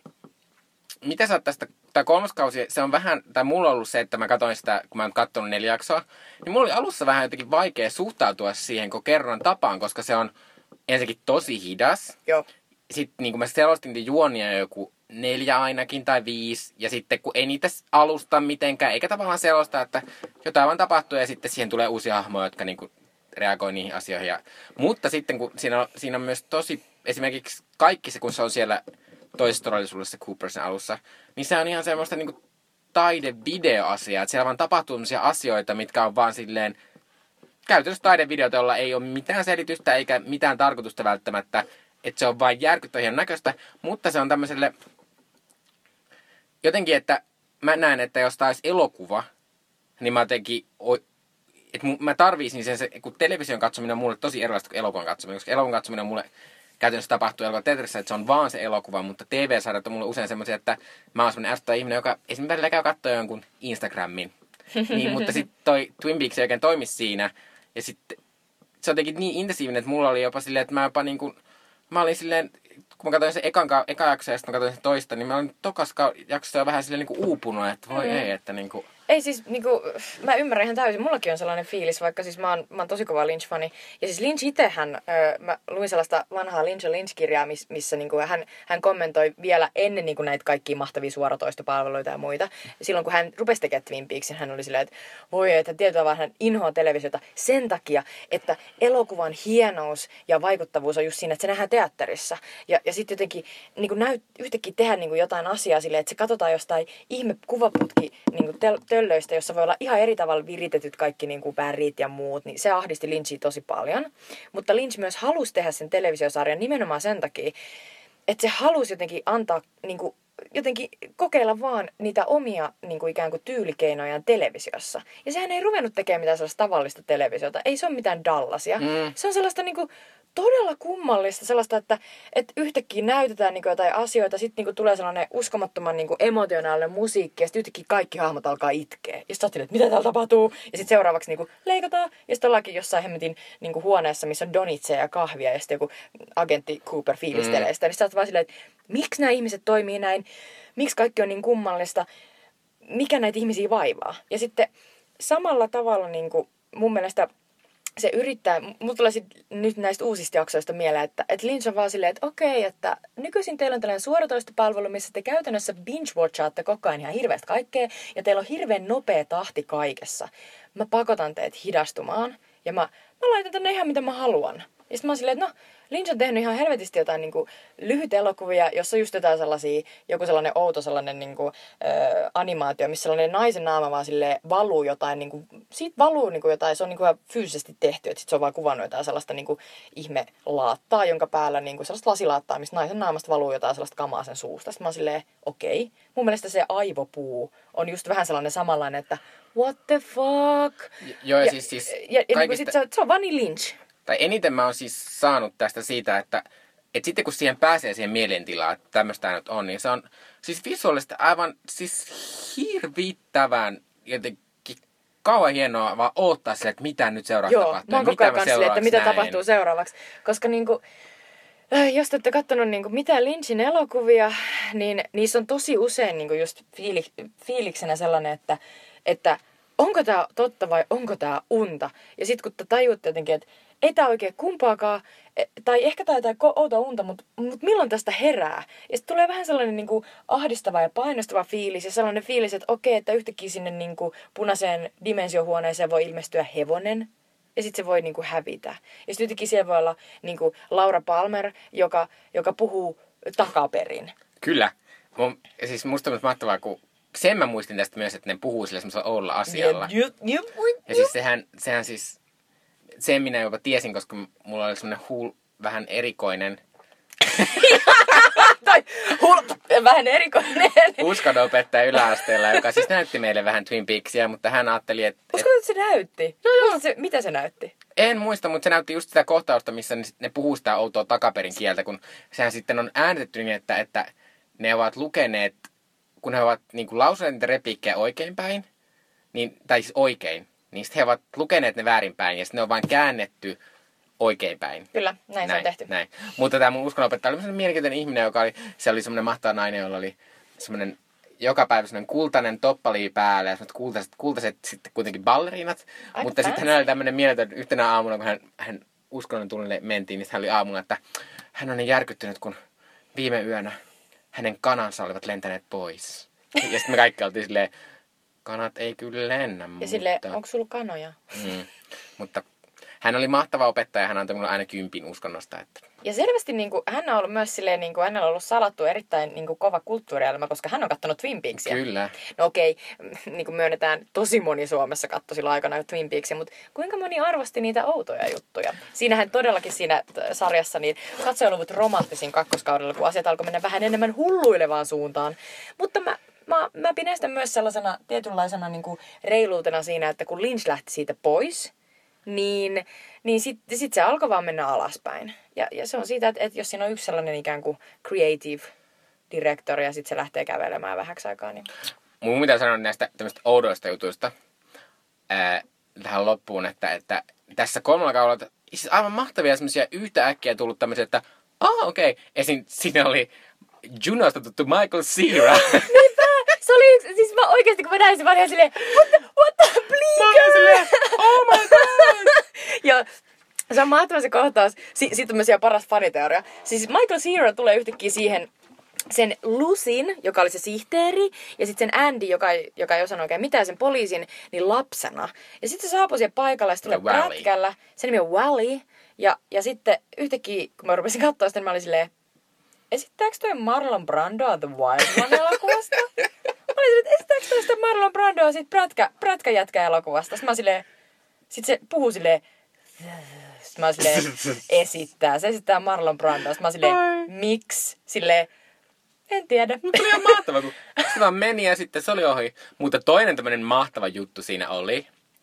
Mitä sä oot tästä, tää kolmas kausi, se on vähän, tai mulla on ollut se, että mä katsoin sitä, kun mä oon katsonut neljä jaksoa, niin mulla oli alussa vähän jotenkin vaikea suhtautua siihen, kun kerron tapaan, koska se on ensinnäkin tosi hidas. Joo. Sitten niin kuin mä selostin niitä juonia joku neljä ainakin tai viisi. Ja sitten kun ei niitä alusta mitenkään, eikä tavallaan selosta, että jotain vaan tapahtuu ja sitten siihen tulee uusia hahmoja, jotka niin kuin reagoi niihin asioihin. Ja, mutta sitten kun siinä on, siinä on myös tosi, esimerkiksi kaikki se, kun se on siellä toisessa todellisuudessa Coopersin alussa, niin se on ihan semmoista niin kuin taidevideoasiaa. Että siellä vaan tapahtuu sellaisia asioita, mitkä on vaan silleen käytännössä taidevideoita, joilla ei ole mitään selitystä eikä mitään tarkoitusta välttämättä. Että se on vain järkyttävän näköistä, mutta se on tämmöiselle jotenkin, että mä näen, että jos taisi elokuva, niin mä jotenkin, että mä tarvisin sen, se, kun television katsominen on mulle tosi erilaista kuin elokuvan katsominen, koska elokuvan katsominen on mulle käytännössä tapahtuu elokuvan teatterissa, että se on vaan se elokuva, mutta T V-sarjat on mulle usein semmoisia, että mä oon semmoinen ärsyttävä ihminen, joka esimerkiksi välillä käy katsoa jonkun Instagramin. Niin, mutta sitten toi Twin Peaks ei oikein toimi siinä, ja sitten se on jotenkin niin intensiivinen, että mulla oli jopa silleen, että mä jopa niin kuin Mä olin silleen, kun mä katsoin sen ekan eka jakson ja sitten mä katsoin sen toista, niin mä olin tokas jaksossa jo vähän silleen niinku uupunut, että voi mm. ei, että niinku... Ei siis niinku, mä ymmärrän ihan täysin, mullakin on sellainen fiilis, vaikka siis mä oon, mä oon tosi kova Lynch-fani. Ja siis Lynch itsehän, öö, mä luin sellaista vanhaa Lynch Lynch-kirjaa, miss, missä niinku hän, hän kommentoi vielä ennen niinku näitä kaikkia mahtavia suoratoistopalveluita ja muita. Ja silloin kun hän rupesi tekemään Twin Peaksin, hän oli silleen, että voi, että tietyllä vaan hän inhoaa televisiota sen takia, että elokuvan hienous ja vaikuttavuus on just siinä, että se nähdään teatterissa. Ja, ja sitten jotenkin niinku näyt, yhtäkkiä tehdä niinku jotain asiaa silleen, että se katsotaan jostain ihme kuvaputki niinku tel, töllöistä, jossa voi olla ihan eri tavalla viritetyt kaikki niin kuin värit ja muut, niin se ahdisti Lynchia tosi paljon. Mutta Lynch myös halusi tehdä sen televisiosarjan nimenomaan sen takia, että se halusi jotenkin antaa, niin kuin, jotenkin kokeilla vaan niitä omia niin kuin ikään kuin tyylikeinoja televisiossa. Ja sehän ei ruvennut tekemään mitään sellaista tavallista televisiota. Ei se ole mitään Dallasia. Mm. Se on sellaista niin kuin todella kummallista, sellaista, että, että yhtäkkiä näytetään niin kuin jotain asioita, sitten niin kuin tulee sellainen uskomattoman niin kuin emotionaalinen musiikki, ja sitten yhtäkkiä kaikki hahmot alkaa itkeä. Ja sitten sä että mitä täällä tapahtuu? Ja sitten seuraavaksi niin kuin leikataan, ja sitten ollaankin jossain hemmetin niin kuin huoneessa, missä on donitseja ja kahvia, ja sitten joku agentti Cooper fiilistelee sitä. Mm. Niin sä oot vaan silleen, että miksi nämä ihmiset toimii näin? Miksi kaikki on niin kummallista? Mikä näitä ihmisiä vaivaa? Ja sitten samalla tavalla niin kuin mun mielestä se yrittää, mulla tulee nyt näistä uusista jaksoista mieleen, että, että Lynch on vaan silleen, että okei, että nykyisin teillä on tällainen suoratoistopalvelu, missä te käytännössä binge-watchaatte koko ajan ihan hirveästi kaikkea, ja teillä on hirveän nopea tahti kaikessa. Mä pakotan teet hidastumaan, ja mä, mä laitan tänne ihan mitä mä haluan. Ja sitten mä oon silleen, että no, Lynch on tehnyt ihan helvetisti jotain niinku lyhyt elokuvia, jossa on just jotain sellaisia, joku sellainen outo sellainen niinku, ö, animaatio, missä sellainen naisen naama vaan silleen valuu jotain, niinku, siitä valuu niinku jotain, se on niinku ihan fyysisesti tehty, että sit se on vaan kuvannut jotain sellaista niinku ihme laattaa, jonka päällä niinku sellaista lasilaattaa, mistä naisen naamasta valuu jotain sellaista kamaa sen suusta. Sitten mä oon silleen, okei. Okay. Mun mielestä se aivopuu on just vähän sellainen samanlainen, että what the fuck? J- joo, ja, ja siis... siis ja, ja kaikista... niinku sit se, se on vaan niin Lynch. Tai eniten mä oon siis saanut tästä siitä, että, että sitten kun siihen pääsee siihen mielentilaan, että tämmöistä nyt on, niin se on siis visuaalisesti aivan siis hirvittävän jotenkin kauan hienoa vaan odottaa sille, että mitä nyt seuraavaksi Joo, tapahtuu. Mä oon koko ajan mitä silleen, että mitä näin. tapahtuu seuraavaksi. Koska niinku, jos te ette kattonut niinku mitään Lynchin elokuvia, niin niissä on tosi usein niinku just fiili, fiiliksenä sellainen, että, että onko tää totta vai onko tää unta. Ja sit kun te tajuutte jotenkin, että ei tää oikein kumpaakaan, tai ehkä tää jotain outoa unta, mutta mut milloin tästä herää? Ja sit tulee vähän sellainen niinku ahdistava ja painostava fiilis ja sellainen fiilis, että okei, että yhtäkkiä sinne niinku punaiseen dimensiohuoneeseen voi ilmestyä hevonen. Ja sitten se voi niinku hävitä. Ja sitten yhtäkkiä siellä voi olla niinku Laura Palmer, joka, joka puhuu takaperin. Kyllä. Mun, siis musta on myös mahtavaa, kun sen mä muistin tästä myös, että ne puhuu sillä semmoisella oudolla asialla. Jep, jep, jep. Ja siis sehän, sehän siis, sen minä jopa tiesin, koska mulla oli semmoinen huul, vähän erikoinen tai hul... vähän erikoinen. uskonnonopettaja yläasteella, joka siis näytti meille vähän Twin Peaksia, mutta hän ajatteli, että... Uskon, että se näytti. Joo, joo. Se, mitä se näytti? En muista, mutta se näytti just sitä kohtausta, missä ne, ne puhuu sitä outoa takaperin kieltä, kun sehän sitten on äänetetty niin, että, että ne ovat lukeneet, kun he ovat niin kuin lausuneet niitä repliikkejä oikeinpäin, niin, tai siis oikein, niin sitten he ovat lukeneet ne väärinpäin ja sitten ne on vain käännetty oikeinpäin. Kyllä, näin, näin se on tehty. Näin. Mutta tämä mun uskonnonopettaja oli sellainen mielenkiintoinen ihminen, joka oli, se oli semmoinen mahtava nainen, jolla oli semmoinen joka päivä semmoinen kultainen toppali päällä ja semmoiset kultaiset, kultaiset sitten kuitenkin ballerinat. Aika mutta sitten hänellä oli tämmöinen mieletön yhtenä aamuna, kun hän, hän uskonnon tunnille mentiin, niin hän oli aamulla, että hän on niin järkyttynyt, kun viime yönä hänen kanansa olivat lentäneet pois. Ja sitten me kaikki oltiin silleen, kanat ei kyllä lennä, mutta... Ja silleen, onko sulla kanoja? Mm, mutta hän oli mahtava opettaja ja hän antoi mulle aina kympin uskonnosta. Että... Ja selvästi niin kuin, hän on ollut myös silleen, niin kuin, hänellä on ollut salattu erittäin niin kuin, kova kulttuurielämä, koska hän on katsonut Twin Peaksia. Kyllä. No okei, niin kuin myönnetään, tosi moni Suomessa katsoi silloin aikana Twin Peaksia, mutta kuinka moni arvosti niitä outoja juttuja? Siinähän todellakin siinä sarjassa niin katsojaluvut romanttisin kakkoskaudella, kun asiat alkoi mennä vähän enemmän hulluilevaan suuntaan. Mutta mä, mä, mä pidän sitä myös sellaisena tietynlaisena niin kuin reiluutena siinä, että kun Lynch lähti siitä pois, niin, niin sitten sit se alkoi vaan mennä alaspäin. Ja, ja se on siitä, että, että jos siinä on yksi sellainen ikään kuin creative director ja sitten se lähtee kävelemään vähäksi aikaa. Niin... Mun pitää sanoa näistä tämmöistä oudoista jutuista ää, tähän loppuun, että, että tässä kolmella kaudella siis aivan mahtavia semmoisia yhtä äkkiä tullut tämmöisiä, että ah okei, okay. Esim. Siinä oli Junosta tuttu Michael Cera. Niinpä! Se oli yksi, siis mä oikeesti kun mä näin sen, mä olin ihan silleen, what the, what the bleaker? Oh my god! Ja se on mahtava se kohtaus. Si- Sitten on myös ihan paras faniteoria. Siis Michael Cera tulee yhtäkkiä siihen sen Lucyn, joka oli se sihteeri, ja sitten sen Andy, joka, joka ei osannut oikein mitään, sen poliisin, niin lapsena. Ja sitten se saapui siihen paikalle, ja se tulee prätkällä. Sen nimi on Wally. Ja, ja sitten yhtäkkiä, kun mä rupesin katsoa sitä, niin mä olin silleen, esittääkö toi Marlon Brandoa The Wild Man-elokuvasta? Mä olin silleen, että esittääkö toi sitä Marlon Brandoa siitä prätkä, prätkäjätkä-elokuvasta? Sitten mä silleen, sit se puhuu silleen, sitten mä silleen, esittää. Se esittää Marlon Brandoa. Sitten mä silleen, miksi? Silleen, en tiedä. Mutta oli ihan mahtava, kun se vaan meni ja sitten se oli ohi. Mutta toinen tämmöinen mahtava juttu siinä oli,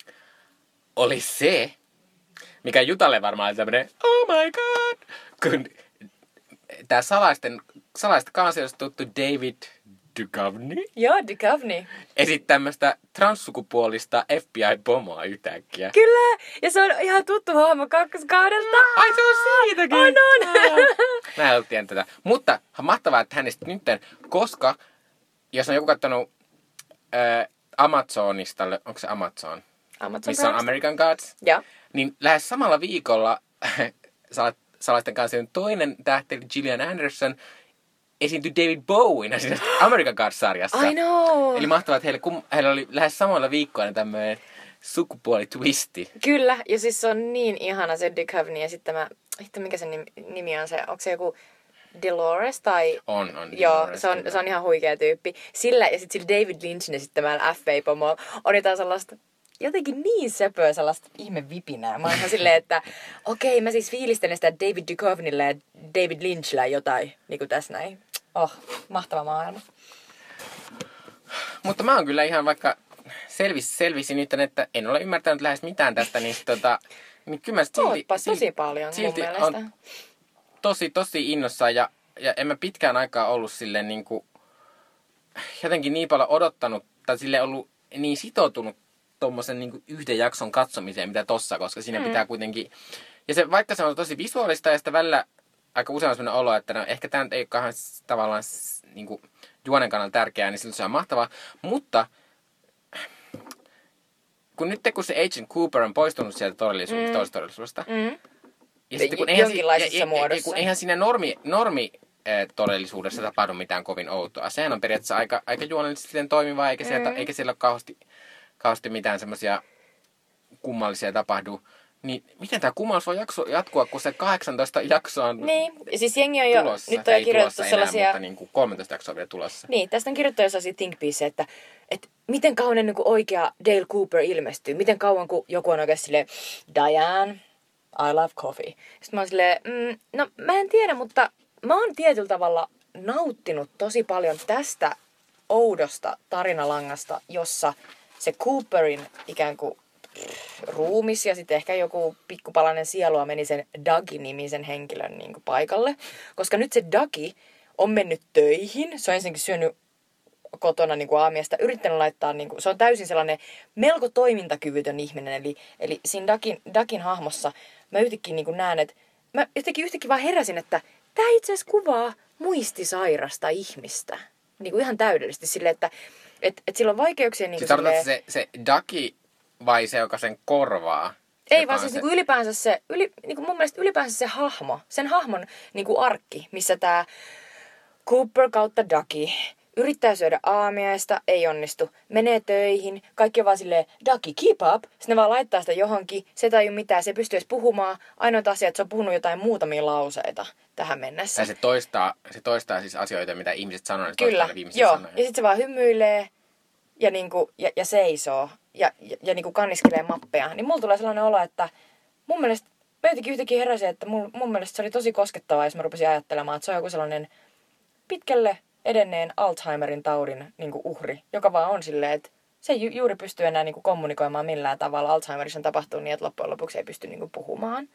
oli se, mikä Jutalle varmaan oli tämmöinen, oh my god, kun tää salaisten, salaista kansiosta tuttu David Duchovny. Joo, Duchovny. Esitti tämmöistä transsukupuolista F B I-pomoa yhtäkkiä. Kyllä, ja se on ihan tuttu hahmo kakkoskaudelta. Ai se on siitäkin. On, on. Mä en tiedä tätä. Mutta mahtavaa, että hänestä nytten, koska jos on joku kattonut äh, Amazonista, onko se Amazon? Amazon missä on American Gods. Ja. Niin lähes samalla viikolla salaisten kanssa toinen tähti, eli Gillian Anderson, esiintyi David Bowiena siinä American Gods-sarjassa. I know. Eli mahtavaa, että heillä, kum, heillä oli lähes samalla viikkoina tämmöinen sukupuolitwisti. Kyllä, ja siis se on niin ihana se Duchovny ja sitten mä, hitto, mikä se nimi, nimi on se, onko se joku Dolores tai... On, on. Joo, Dolores, se on, se on ihan huikea tyyppi. Sillä ja sitten sillä David Lynchin esittämällä F A-pomolla on jotain sellaista jotenkin niin söpöä sellaista ihme vipinää. Mä oon ihan silleen, että okei, okay, mä siis fiilistelen sitä David Duchovnylla ja David Lynchillä jotain, niin kuin tässä näin. Oh, mahtava maailma. Mutta mä oon kyllä ihan vaikka selvis, selvisin nyt, että en ole ymmärtänyt lähes mitään tästä, niin, tota, niin kyllä mä silti... Ootpa tosi paljon silti mun mielestä. On tosi, tosi innossaan ja, ja en mä pitkään aikaa ollut silleen niin kuin, jotenkin niin paljon odottanut, tai silleen ollut niin sitoutunut tommosen niin kuin yhden jakson katsomiseen, mitä tossa, koska siinä mm. pitää kuitenkin... Ja se, vaikka se on tosi visuaalista ja sitä välillä aika usein on sellainen olo, että no, ehkä tämä ei olekaan tavallaan niin kuin, juonen kannalta tärkeää, niin silloin se on mahtavaa. Mutta kun nyt kun se Agent Cooper on poistunut sieltä todellisuudesta, mm. toisesta todellisuudesta, mm. ja sitten kun eihän, jonkinlaisessa ja, muodossa. Ja, kun eihän siinä normi, normi eh, todellisuudessa tapahdu mitään kovin outoa. Sehän on periaatteessa aika, aika juonellisesti toimivaa, eikä, mm. sieltä, eikä siellä ole kauheasti, kauheasti mitään semmoisia kummallisia tapahdu. Niin miten tämä kummallisuus voi jakso, jatkua, kun se kahdeksantoista jaksoa on niin, siis jengi on jo, tulossa. nyt on jo kirjoitettu enää, sellaisia... mutta niin kuin kolmetoista jaksoa vielä tulossa. Niin, tästä on kirjoittu jo sellaisia think piece, että, että miten kauan ennen kuin oikea Dale Cooper ilmestyy, miten kauan kun joku on oikeasti silleen, Diane, I love coffee. Sitten mä oon silleen, mm, no mä en tiedä, mutta mä oon tietyllä tavalla nauttinut tosi paljon tästä oudosta tarinalangasta, jossa se Cooperin ikään kuin ruumis ja sitten ehkä joku pikkupalainen sielua meni sen Dougie-nimisen henkilön niin kuin paikalle. Koska nyt se Dougie on mennyt töihin. Se on ensinnäkin syönyt kotona niin kuin aamiaista, yrittänyt laittaa, niin kuin, se on täysin sellainen melko toimintakyvytön ihminen. Eli, eli siinä Dougin, Dougin hahmossa mä yhtäkkiä niin kuin näen, että mä yhtäkkiä, yhtäkkiä vaan heräsin, että tämä itse asiassa kuvaa muistisairasta ihmistä. Niin kuin ihan täydellisesti silleen, että et, et sillä on vaikeuksia niin kuin siis silleen... se, se Dougie vai se, joka sen korvaa? Ei, vaan siis se... niin ylipäänsä se, yli, niin kuin mun mielestä ylipäänsä se hahmo, sen hahmon niin kuin arkki, missä tämä Cooper kautta Dougie yrittää syödä aamiaista, ei onnistu, menee töihin, kaikki on vaan silleen, Dougie, keep up. Sitten ne vaan laittaa sitä johonkin, se ei tajua mitään, se ei pysty edes puhumaan. Ainoa asia, että se on puhunut jotain muutamia lauseita tähän mennessä. Ja se toistaa, se toistaa siis asioita, mitä ihmiset sanoo, niin kyllä, joo. Sanoja. Ja sitten se vaan hymyilee ja, niinku, ja, ja seisoo. Ja, ja, ja niin kuin kanniskelee mappeja, niin mulla tulee sellainen olo, että mun mielestä, mä jotenkin yhtäkkiä heräsin, että mun, mun mielestä se oli tosi koskettavaa, jos mä rupesin ajattelemaan, että se on joku sellainen pitkälle edenneen Alzheimerin taudin niin kuin uhri, joka vaan on silleen, että se ei ju- juuri pysty enää niin kuin kommunikoimaan millään tavalla. Alzheimerissa tapahtuu niin, että loppujen lopuksi ei pysty niin kuin puhumaan.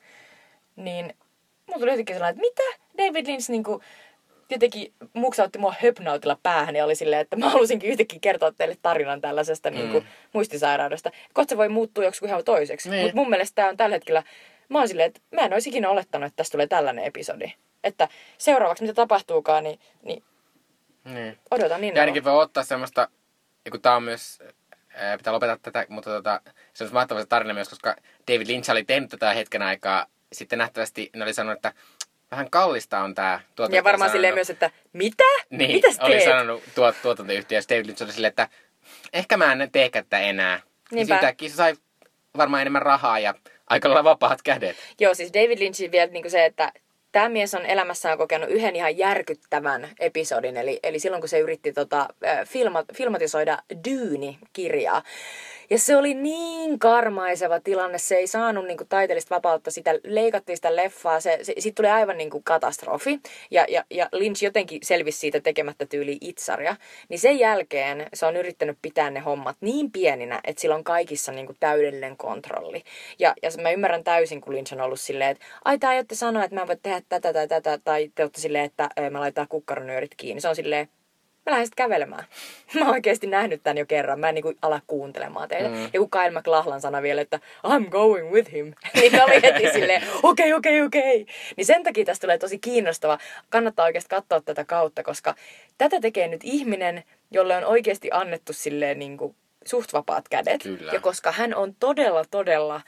Niin mulla tuli jotenkin sellainen, että mitä? David Lynch niin kuin jotenkin muksautti mua höpnautilla päähän ja oli silleen, että mä halusinkin yhtäkkiä kertoa teille tarinan tällaisesta mm. niin kuin, muistisairaudesta. Kohta se voi muuttua joksikin ihan toiseksi. Niin. Mutta mun mielestä tää on tällä hetkellä, mä oon silleen, että mä en olisi ikinä olettanut, että tästä tulee tällainen episodi. Että seuraavaksi mitä tapahtuukaan, niin, niin, niin. odotan niin. Ja ainakin voi ottaa semmoista, ja kun tää on myös, ää, pitää lopettaa tätä, mutta tota, se on mahtava se tarina myös, koska David Lynch oli tehnyt tätä hetken aikaa. Sitten nähtävästi ne oli sanonut, että vähän kallista on tää tuotanto. Ja varmaan silleen myös, että mitä? Niin, mitä teet? Oli sanonut tuot, tuotantoyhtiö, ja David Lynch oli silleen, että ehkä mä en teekään tätä enää. Niinpä. Ja siitäkin se sai varmaan enemmän rahaa ja aika lailla vapaat kädet. Joo, siis David Lynchin vielä niin kuin se, että tämä mies on elämässään kokenut yhden ihan järkyttävän episodin. Eli, eli silloin, kun se yritti tota, filma, filmatisoida Dune-kirjaa. Ja se oli niin karmaiseva tilanne, se ei saanut niinku taiteellista vapautta, sitä leikattiin sitä leffaa, se, se, siitä tuli aivan niinku katastrofi. Ja, ja, ja Lynch jotenkin selvisi siitä tekemättä tyyliin itsaria. Niin sen jälkeen se on yrittänyt pitää ne hommat niin pieninä, että sillä on kaikissa niinku täydellinen kontrolli. Ja, ja mä ymmärrän täysin, kun Lynch on ollut silleen, että ai te aiotte sanoa, että mä en voi tehdä tätä tai tätä, tai te olette silleen, että mä laitetaan kukkaronnyörit kiinni. Se on silleen, mä lähden sitten kävelemään. Mä oon oikeesti nähnyt tän jo kerran. Mä en niinku ala kuuntelemaan teitä. Mm. Ja kun Kyle MacLachlan sanoi vielä, että I'm going with him. Niin oli heti silleen, okei, okay, okei, okay, okei. Okay. Niin sen takia tästä tulee tosi kiinnostava. Kannattaa oikeasti katsoa tätä kautta, koska tätä tekee nyt ihminen, jolle on oikeasti annettu silleen niinku suht vapaat kädet. Kyllä. Ja koska hän on todella, todella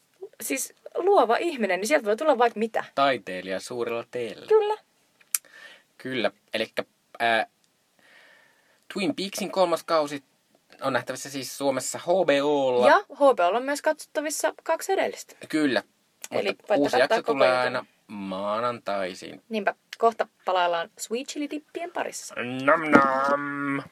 siis luova ihminen, niin sieltä voi tulla vaikka mitä. Taiteilija suurella teellä. Kyllä. Kyllä. Elikkä Äh, Twin Peaksin kolmas kausi on nähtävissä siis Suomessa H B O:lla. Ja H B O:lla on myös katsottavissa kaksi edellistä. Kyllä. Eli mutta uusi jakso tulee jutun. aina maanantaisin. Niinpä, kohta palaillaan Sweet Chili Dippien parissa. Nam nam.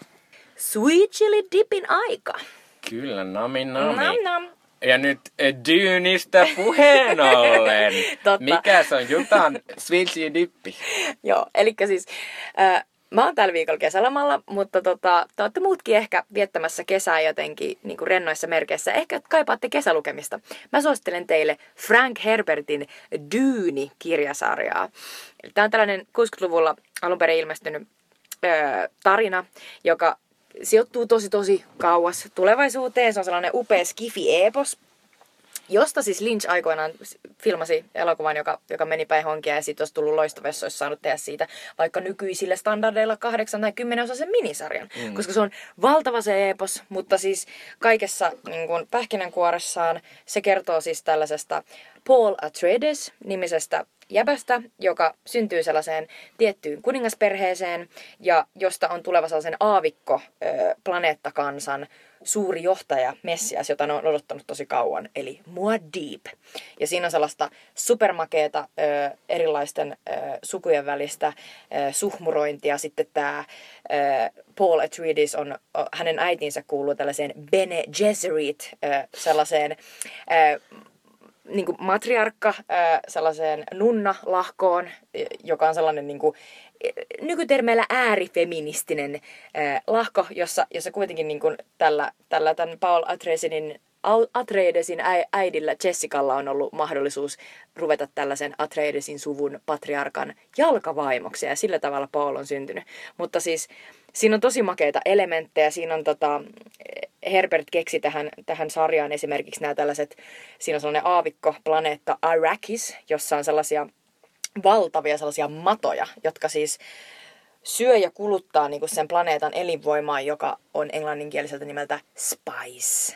Sweet Chili Dippin aika. Kyllä, nami nami. Nam nam. Ja nyt eh, Dyynistä puheen ollen. Totta. Mikä se on Jutan Sweet Chili Dippi? Joo, eli siis äh, mä oon tällä viikolla kesälomalla, mutta tota, te olette muutkin ehkä viettämässä kesää jotenkin niin kuin rennoissa merkeissä. Ehkä kaipaatte kesälukemista. Mä suosittelen teille Frank Herbertin Dyyni-kirjasarjaa. Tämä on tällainen kuusikymmentäluvulla alun perin ilmestynyt äh, tarina, joka sijoittuu tosi tosi kauas tulevaisuuteen. Se on sellainen upea skifi-epos, josta siis Lynch aikoinaan filmasi elokuvan, joka, joka meni päin honkia, ja siitä olisi tullut loistavassa, olisi saanut tehdä siitä vaikka nykyisillä standardeilla kahdeksan tai kymmenen osaisen minisarjan. Mm. Koska se on valtava se epos, mutta siis kaikessa niin kuin pähkinänkuoressaan se kertoo siis tällaisesta Paul Atreides-nimisestä jäbästä, joka syntyy sellaiseen tiettyyn kuningasperheeseen ja josta on tuleva sellaisen aavikko planeettakansan suuri johtaja, Messias, jota ne on odottanut tosi kauan, eli Muad'Dib. Ja siinä on sellaista supermakeeta ö, erilaisten ö, sukujen välistä ö, suhmurointia. Sitten tämä Paul Atreides on, o, hänen äitinsä kuuluu tällaiseen Bene Gesserit, ö, sellaiseen ö, niin kuin matriarkka sellaiseen nunna-lahkoon, joka on sellainen niin kuin, nykytermeillä äärifeministinen lahko, jossa, jossa kuitenkin niin kuin tällä, tällä tämän Paul Atreidesin, Atreidesin äidillä Jessicalla on ollut mahdollisuus ruveta tällaisen Atreidesin suvun patriarkan jalkavaimoksi, ja sillä tavalla Paul on syntynyt. Mutta siis siinä on tosi makeita elementtejä. Siinä on tota, Herbert keksi tähän, tähän sarjaan esimerkiksi nämä tällaiset, siinä on sellainen aavikkoplaneetta Arrakis, jossa on sellaisia valtavia sellaisia matoja, jotka siis syö ja kuluttaa niin kuin sen planeetan elinvoimaa, joka on englanninkieliseltä nimeltä spice.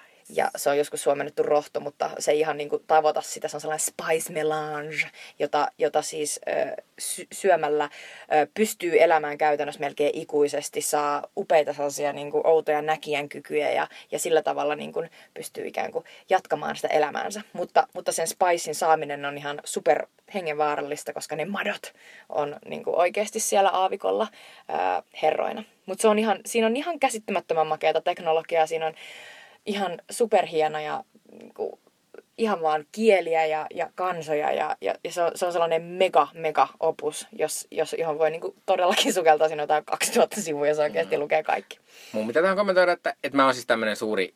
Ja se on joskus suomennettu rohto, mutta se ei ihan niin kuin tavoita sitä. Se on sellainen spice melange, jota, jota siis ö, sy- syömällä ö, pystyy elämään käytännössä melkein ikuisesti. Saa upeita sellaisia niin kuin outoja näkijänkykyjä ja, ja sillä tavalla niin kuin pystyy ikään kuin jatkamaan sitä elämäänsä. Mutta, mutta sen spicein saaminen on ihan super hengenvaarallista, koska ne madot on niin kuin oikeasti siellä aavikolla ö, herroina. Mutta siinä on ihan käsittämättömän makeata teknologiaa. Siinä on ihan superhienoja niin kuin, ihan vaan kieliä ja, ja kansoja ja, ja, ja se, on, se on sellainen mega, mega opus, jos, jos, johon voi niin kuin, todellakin sukeltaa siinä jotain kaksituhatta sivua, jos oikeasti mm. lukee kaikki. Mun pitää tähän kommentoida, että, että mä oon siis tämmönen suuri,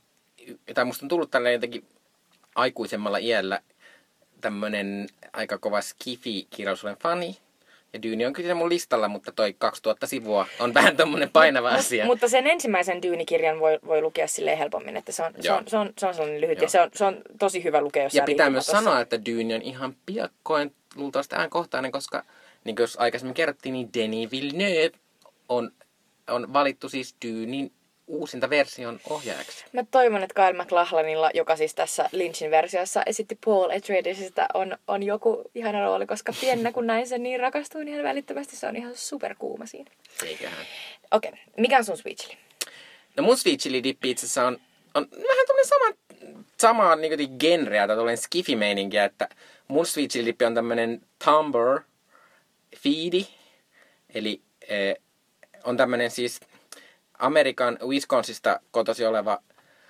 tai musta on tullut tällainen jotenkin aikuisemmalla iällä tämmönen aika kova skifi-kirjallisuuden fani. Ja Dyyni on kyllä mun listalla, mutta toi kaksituhatta sivua on vähän tommonen painava mut, asia. Mutta sen ensimmäisen Dyyni-kirjan voi, voi lukea silleen helpommin, että se on, se on, se on, se on sellainen lyhyt. Joo. Ja se on, se on tosi hyvä lukea, jos ja pitää myös tossa. sanoa, että Dyyni on ihan piakkoin luultavasti ajankohtainen, koska niin kuin jos aikaisemmin kerrottiin, niin Denis Villeneuve on, on valittu siis Dyynin uusinta version ohjaajaksi. Mä toivon, että Kyle MacLachlanilla, joka siis tässä Lynchin versiossa esitti Paul Atreidesista, on, on joku ihana rooli, koska pienenä kun näin sen, niin rakastuin ihan välittömästi. Se on ihan superkuuma siinä. Eiköhän. Okei, okay. Mikä on sun sweet chili? No mun sweet chili dippi itse asiassa on, on vähän tuollainen sama, samaa niin kuin genreä tai tuollainen skifi-meininkiä, että mun sweet chili dippi on tämmönen Tumblr feedi, eli eh, on tämmönen siis Amerikan Wisconsinista kotoisin oleva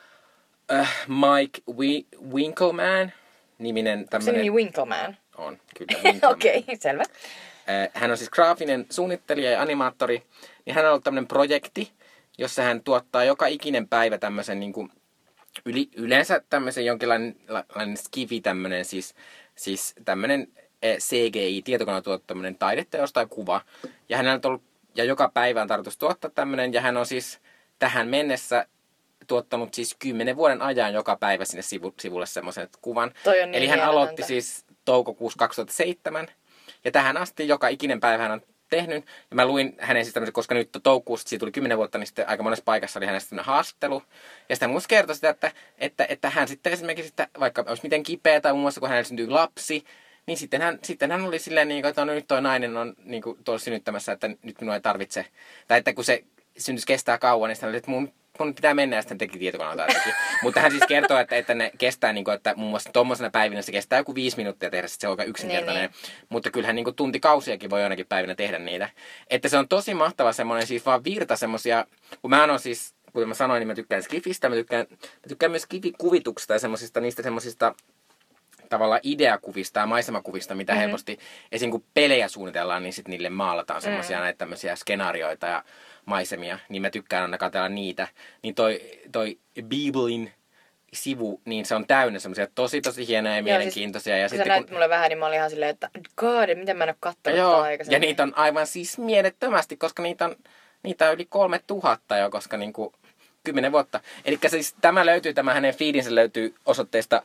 äh, Mike Wi- Winkleman niminen tämmönen. Se nimi Winkleman? On, kyllä Winkleman. Okei, okay, selvä. Äh, hän on siis graafinen suunnittelija ja animaattori. Ja hän on ollut tämmönen projekti, jossa hän tuottaa joka ikinen päivä tämmöisen niin kuin yli, yleensä tämmöisen jonkinlainen skifi tämmöinen siis, siis tämmöinen äh, C G I, tietokoneella tuottaminen taidetta jostain kuva. Ja hänellä on ollut ja joka päivä on tarkoitus tuottaa tämmöinen, ja hän on siis tähän mennessä tuottanut siis kymmenen vuoden ajan joka päivä sinne sivu, sivulle semmoisen kuvan. Niin eli hän aloitti siis toukokuussa kaksituhattaseitsemän, ja tähän asti joka ikinen päivä hän on tehnyt. Ja mä luin hänen siis tämmöisen, koska nyt toukokuussa siitä tuli kymmenen vuotta, niin sitten aika monessa paikassa oli hänestä tämmöinen haastattelu. Ja sitten hän musta kertoi sitä, että, että, että hän sitten esimerkiksi, että vaikka olisi miten kipeä, tai muun muassa kun hänellä syntyi lapsi, niin sitten hän, sitten hän oli silleen, niin kuin, että no, nyt toi nainen on niin kuin, tuolla synnyttämässä, että nyt minua ei tarvitse. Tai että kun se synnytys kestää kauan, niin sitten että mun, mun pitää mennä ja sitten teki tietokoneelta jotakin. Mutta hän siis kertoo, että, että ne kestää, niin kuin, että muun muassa tuommoisena päivinä se kestää joku viisi minuuttia tehdä, sitten se on aika yksinkertainen. Niin, niin. Mutta kyllähän niin kuin tuntikausiakin voi jonakin päivinä tehdä niitä. Että se on tosi mahtava semmoinen siis vaan virta semmoisia, kun mä oon siis, kuten mä sanoin, niin mä tykkään skifistä, mä tykkään, mä tykkään myös skifikuvituksesta ja semmosista, niistä semmoisista tavallaan ideakuvista ja maisemakuvista, mitä mm-hmm. helposti esim. Kun pelejä suunnitellaan, niin sitten niille maalataan semmoisia mm. näitä tämmöisiä skenaarioita ja maisemia, niin mä tykkään aina katsella niitä. Niin toi, toi Bibelin sivu, niin se on täynnä semmoisia tosi tosi hienoja ja mielenkiintoisia. Siis, ja kun sitten, sä näytit kun... mulle vähän, niin mä olin ihan silleen, että god, miten mä en ole kattonut Joo, aikaisemmin. ja niitä on aivan siis mielettömästi, koska niitä on, niitä on yli kolme tuhatta jo, koska niinku kymmenen vuotta. Eli siis tämä löytyy, tämä hänen feedinsä löytyy osoitteesta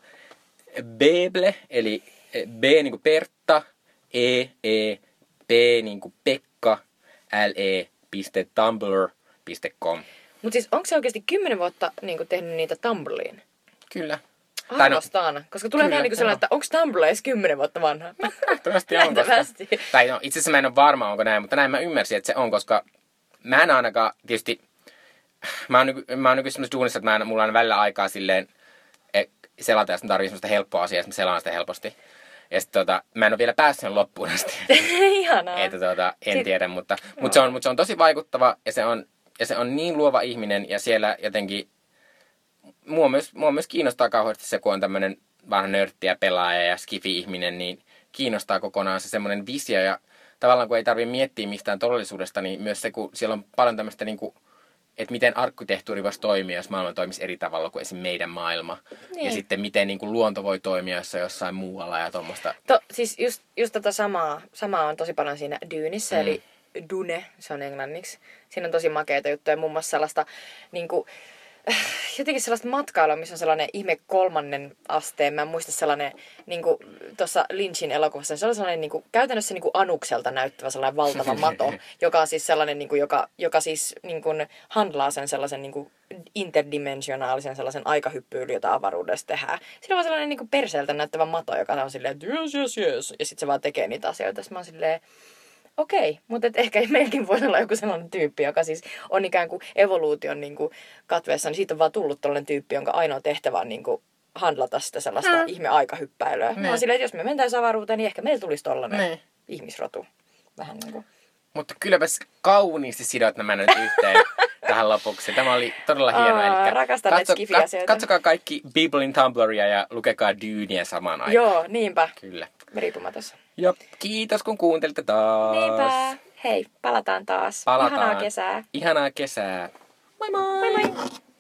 Beble, eli B niin kuin Pertta, E, E, P niin kuin Pekka, L, E, tumblr piste com. Mutta siis onko se oikeasti kymmenen vuotta niin kuin tehnyt niitä Tumblriin? Kyllä. Arvostaan, no, koska tulee vähän niin kuin sellainen, että onko Tumblr edes kymmenen vuotta vanha? No, nähtävästi on. Koska, tai no, itse asiassa mä en ole varma, onko näin, mutta näin mä ymmärsin, että se on, koska mä en ainakaan, tietysti, mä oon, nyky, mä oon nykyään semmoisessa duunissa, että mä en, mulla on välillä aikaa silleen, selata, jos mä tarvitsen semmoista helppoa asiaa, jos mä selaan sitä helposti. Ja sit tota, mä en ole vielä päässyt sen loppuun asti. Ihanaa. Että tota, en Sit... tiedä, mutta, mutta, se on, mutta se on tosi vaikuttava ja se on, ja se on niin luova ihminen ja siellä jotenkin, mua myös, mua myös kiinnostaa kauheasti se, kun on tämmönen vanha nörtti ja pelaaja ja skifi-ihminen, niin kiinnostaa kokonaan se semmoinen visio ja tavallaan kun ei tarvitse miettiä mistään todellisuudesta, niin myös se, kun siellä on paljon tämmöistä niinku, että miten arkkitehtuuri voisi toimia, jos maailma toimisi eri tavalla kuin esim. Meidän maailma. Niin. Ja sitten miten niin kuin luonto voi toimia jossain, jossain muualla ja tuommoista. To, siis just, just tätä samaa, samaa on tosi paljon siinä Dynissä, mm. eli Dune, se on englanniksi. Siinä on tosi makeita juttuja, muun muassa sellaista niin kuin, jotenkin sellaista matkailua, missä on sellainen ihme kolmannen asteen. Mä en muista sellainen, niin kuin tuossa Lynchin elokuvassa, se on sellainen niin kuin, käytännössä niin kuin Anukselta näyttävä sellainen valtava mato, joka on siis sellainen, niin kuin, joka, joka siis niin kuin, handlaa sen sellaisen niin kuin, interdimensionaalisen sellaisen aikahyppyyn, jota avaruudessa tehdään. Siinä on vaan sellainen niin kuin perseeltä näyttävä mato, joka on silleen, että yes, yes, yes. Ja sitten se vaan tekee niitä asioita. Sitten mä oon silleen, okei, mutta et ehkä meilläkin voi olla joku sellainen tyyppi, joka siis on ikään kuin evoluution niin kuin katveessa, niin siitä on vaan tullut tällainen tyyppi, jonka ainoa tehtävä on niin kuin handlata sitä sellaista mm. ihme-aikahyppäilyä. Mä oon silleen, että jos me mentäisiin avaruuteen, niin ehkä meillä tulisi tollainen ne. ihmisrotu. Vähän niin kuin. Mutta kylläpäs kauniisti sidot nämä nyt yhteen tähän lopuksi. Tämä oli todella hienoa. Aa, rakastan näitä skifi-asioita. Katsokaa kaikki Bibelin Tumblria ja lukekaa Dyniä samaan aikaan. Joo, niinpä. Kyllä. Meripumatos. Ja kiitos kun kuuntelitte taas. Niinpä. Hei, palataan taas. Palataan. Ihanaa kesää. Ihanaa kesää. Moi moi. Moi moi.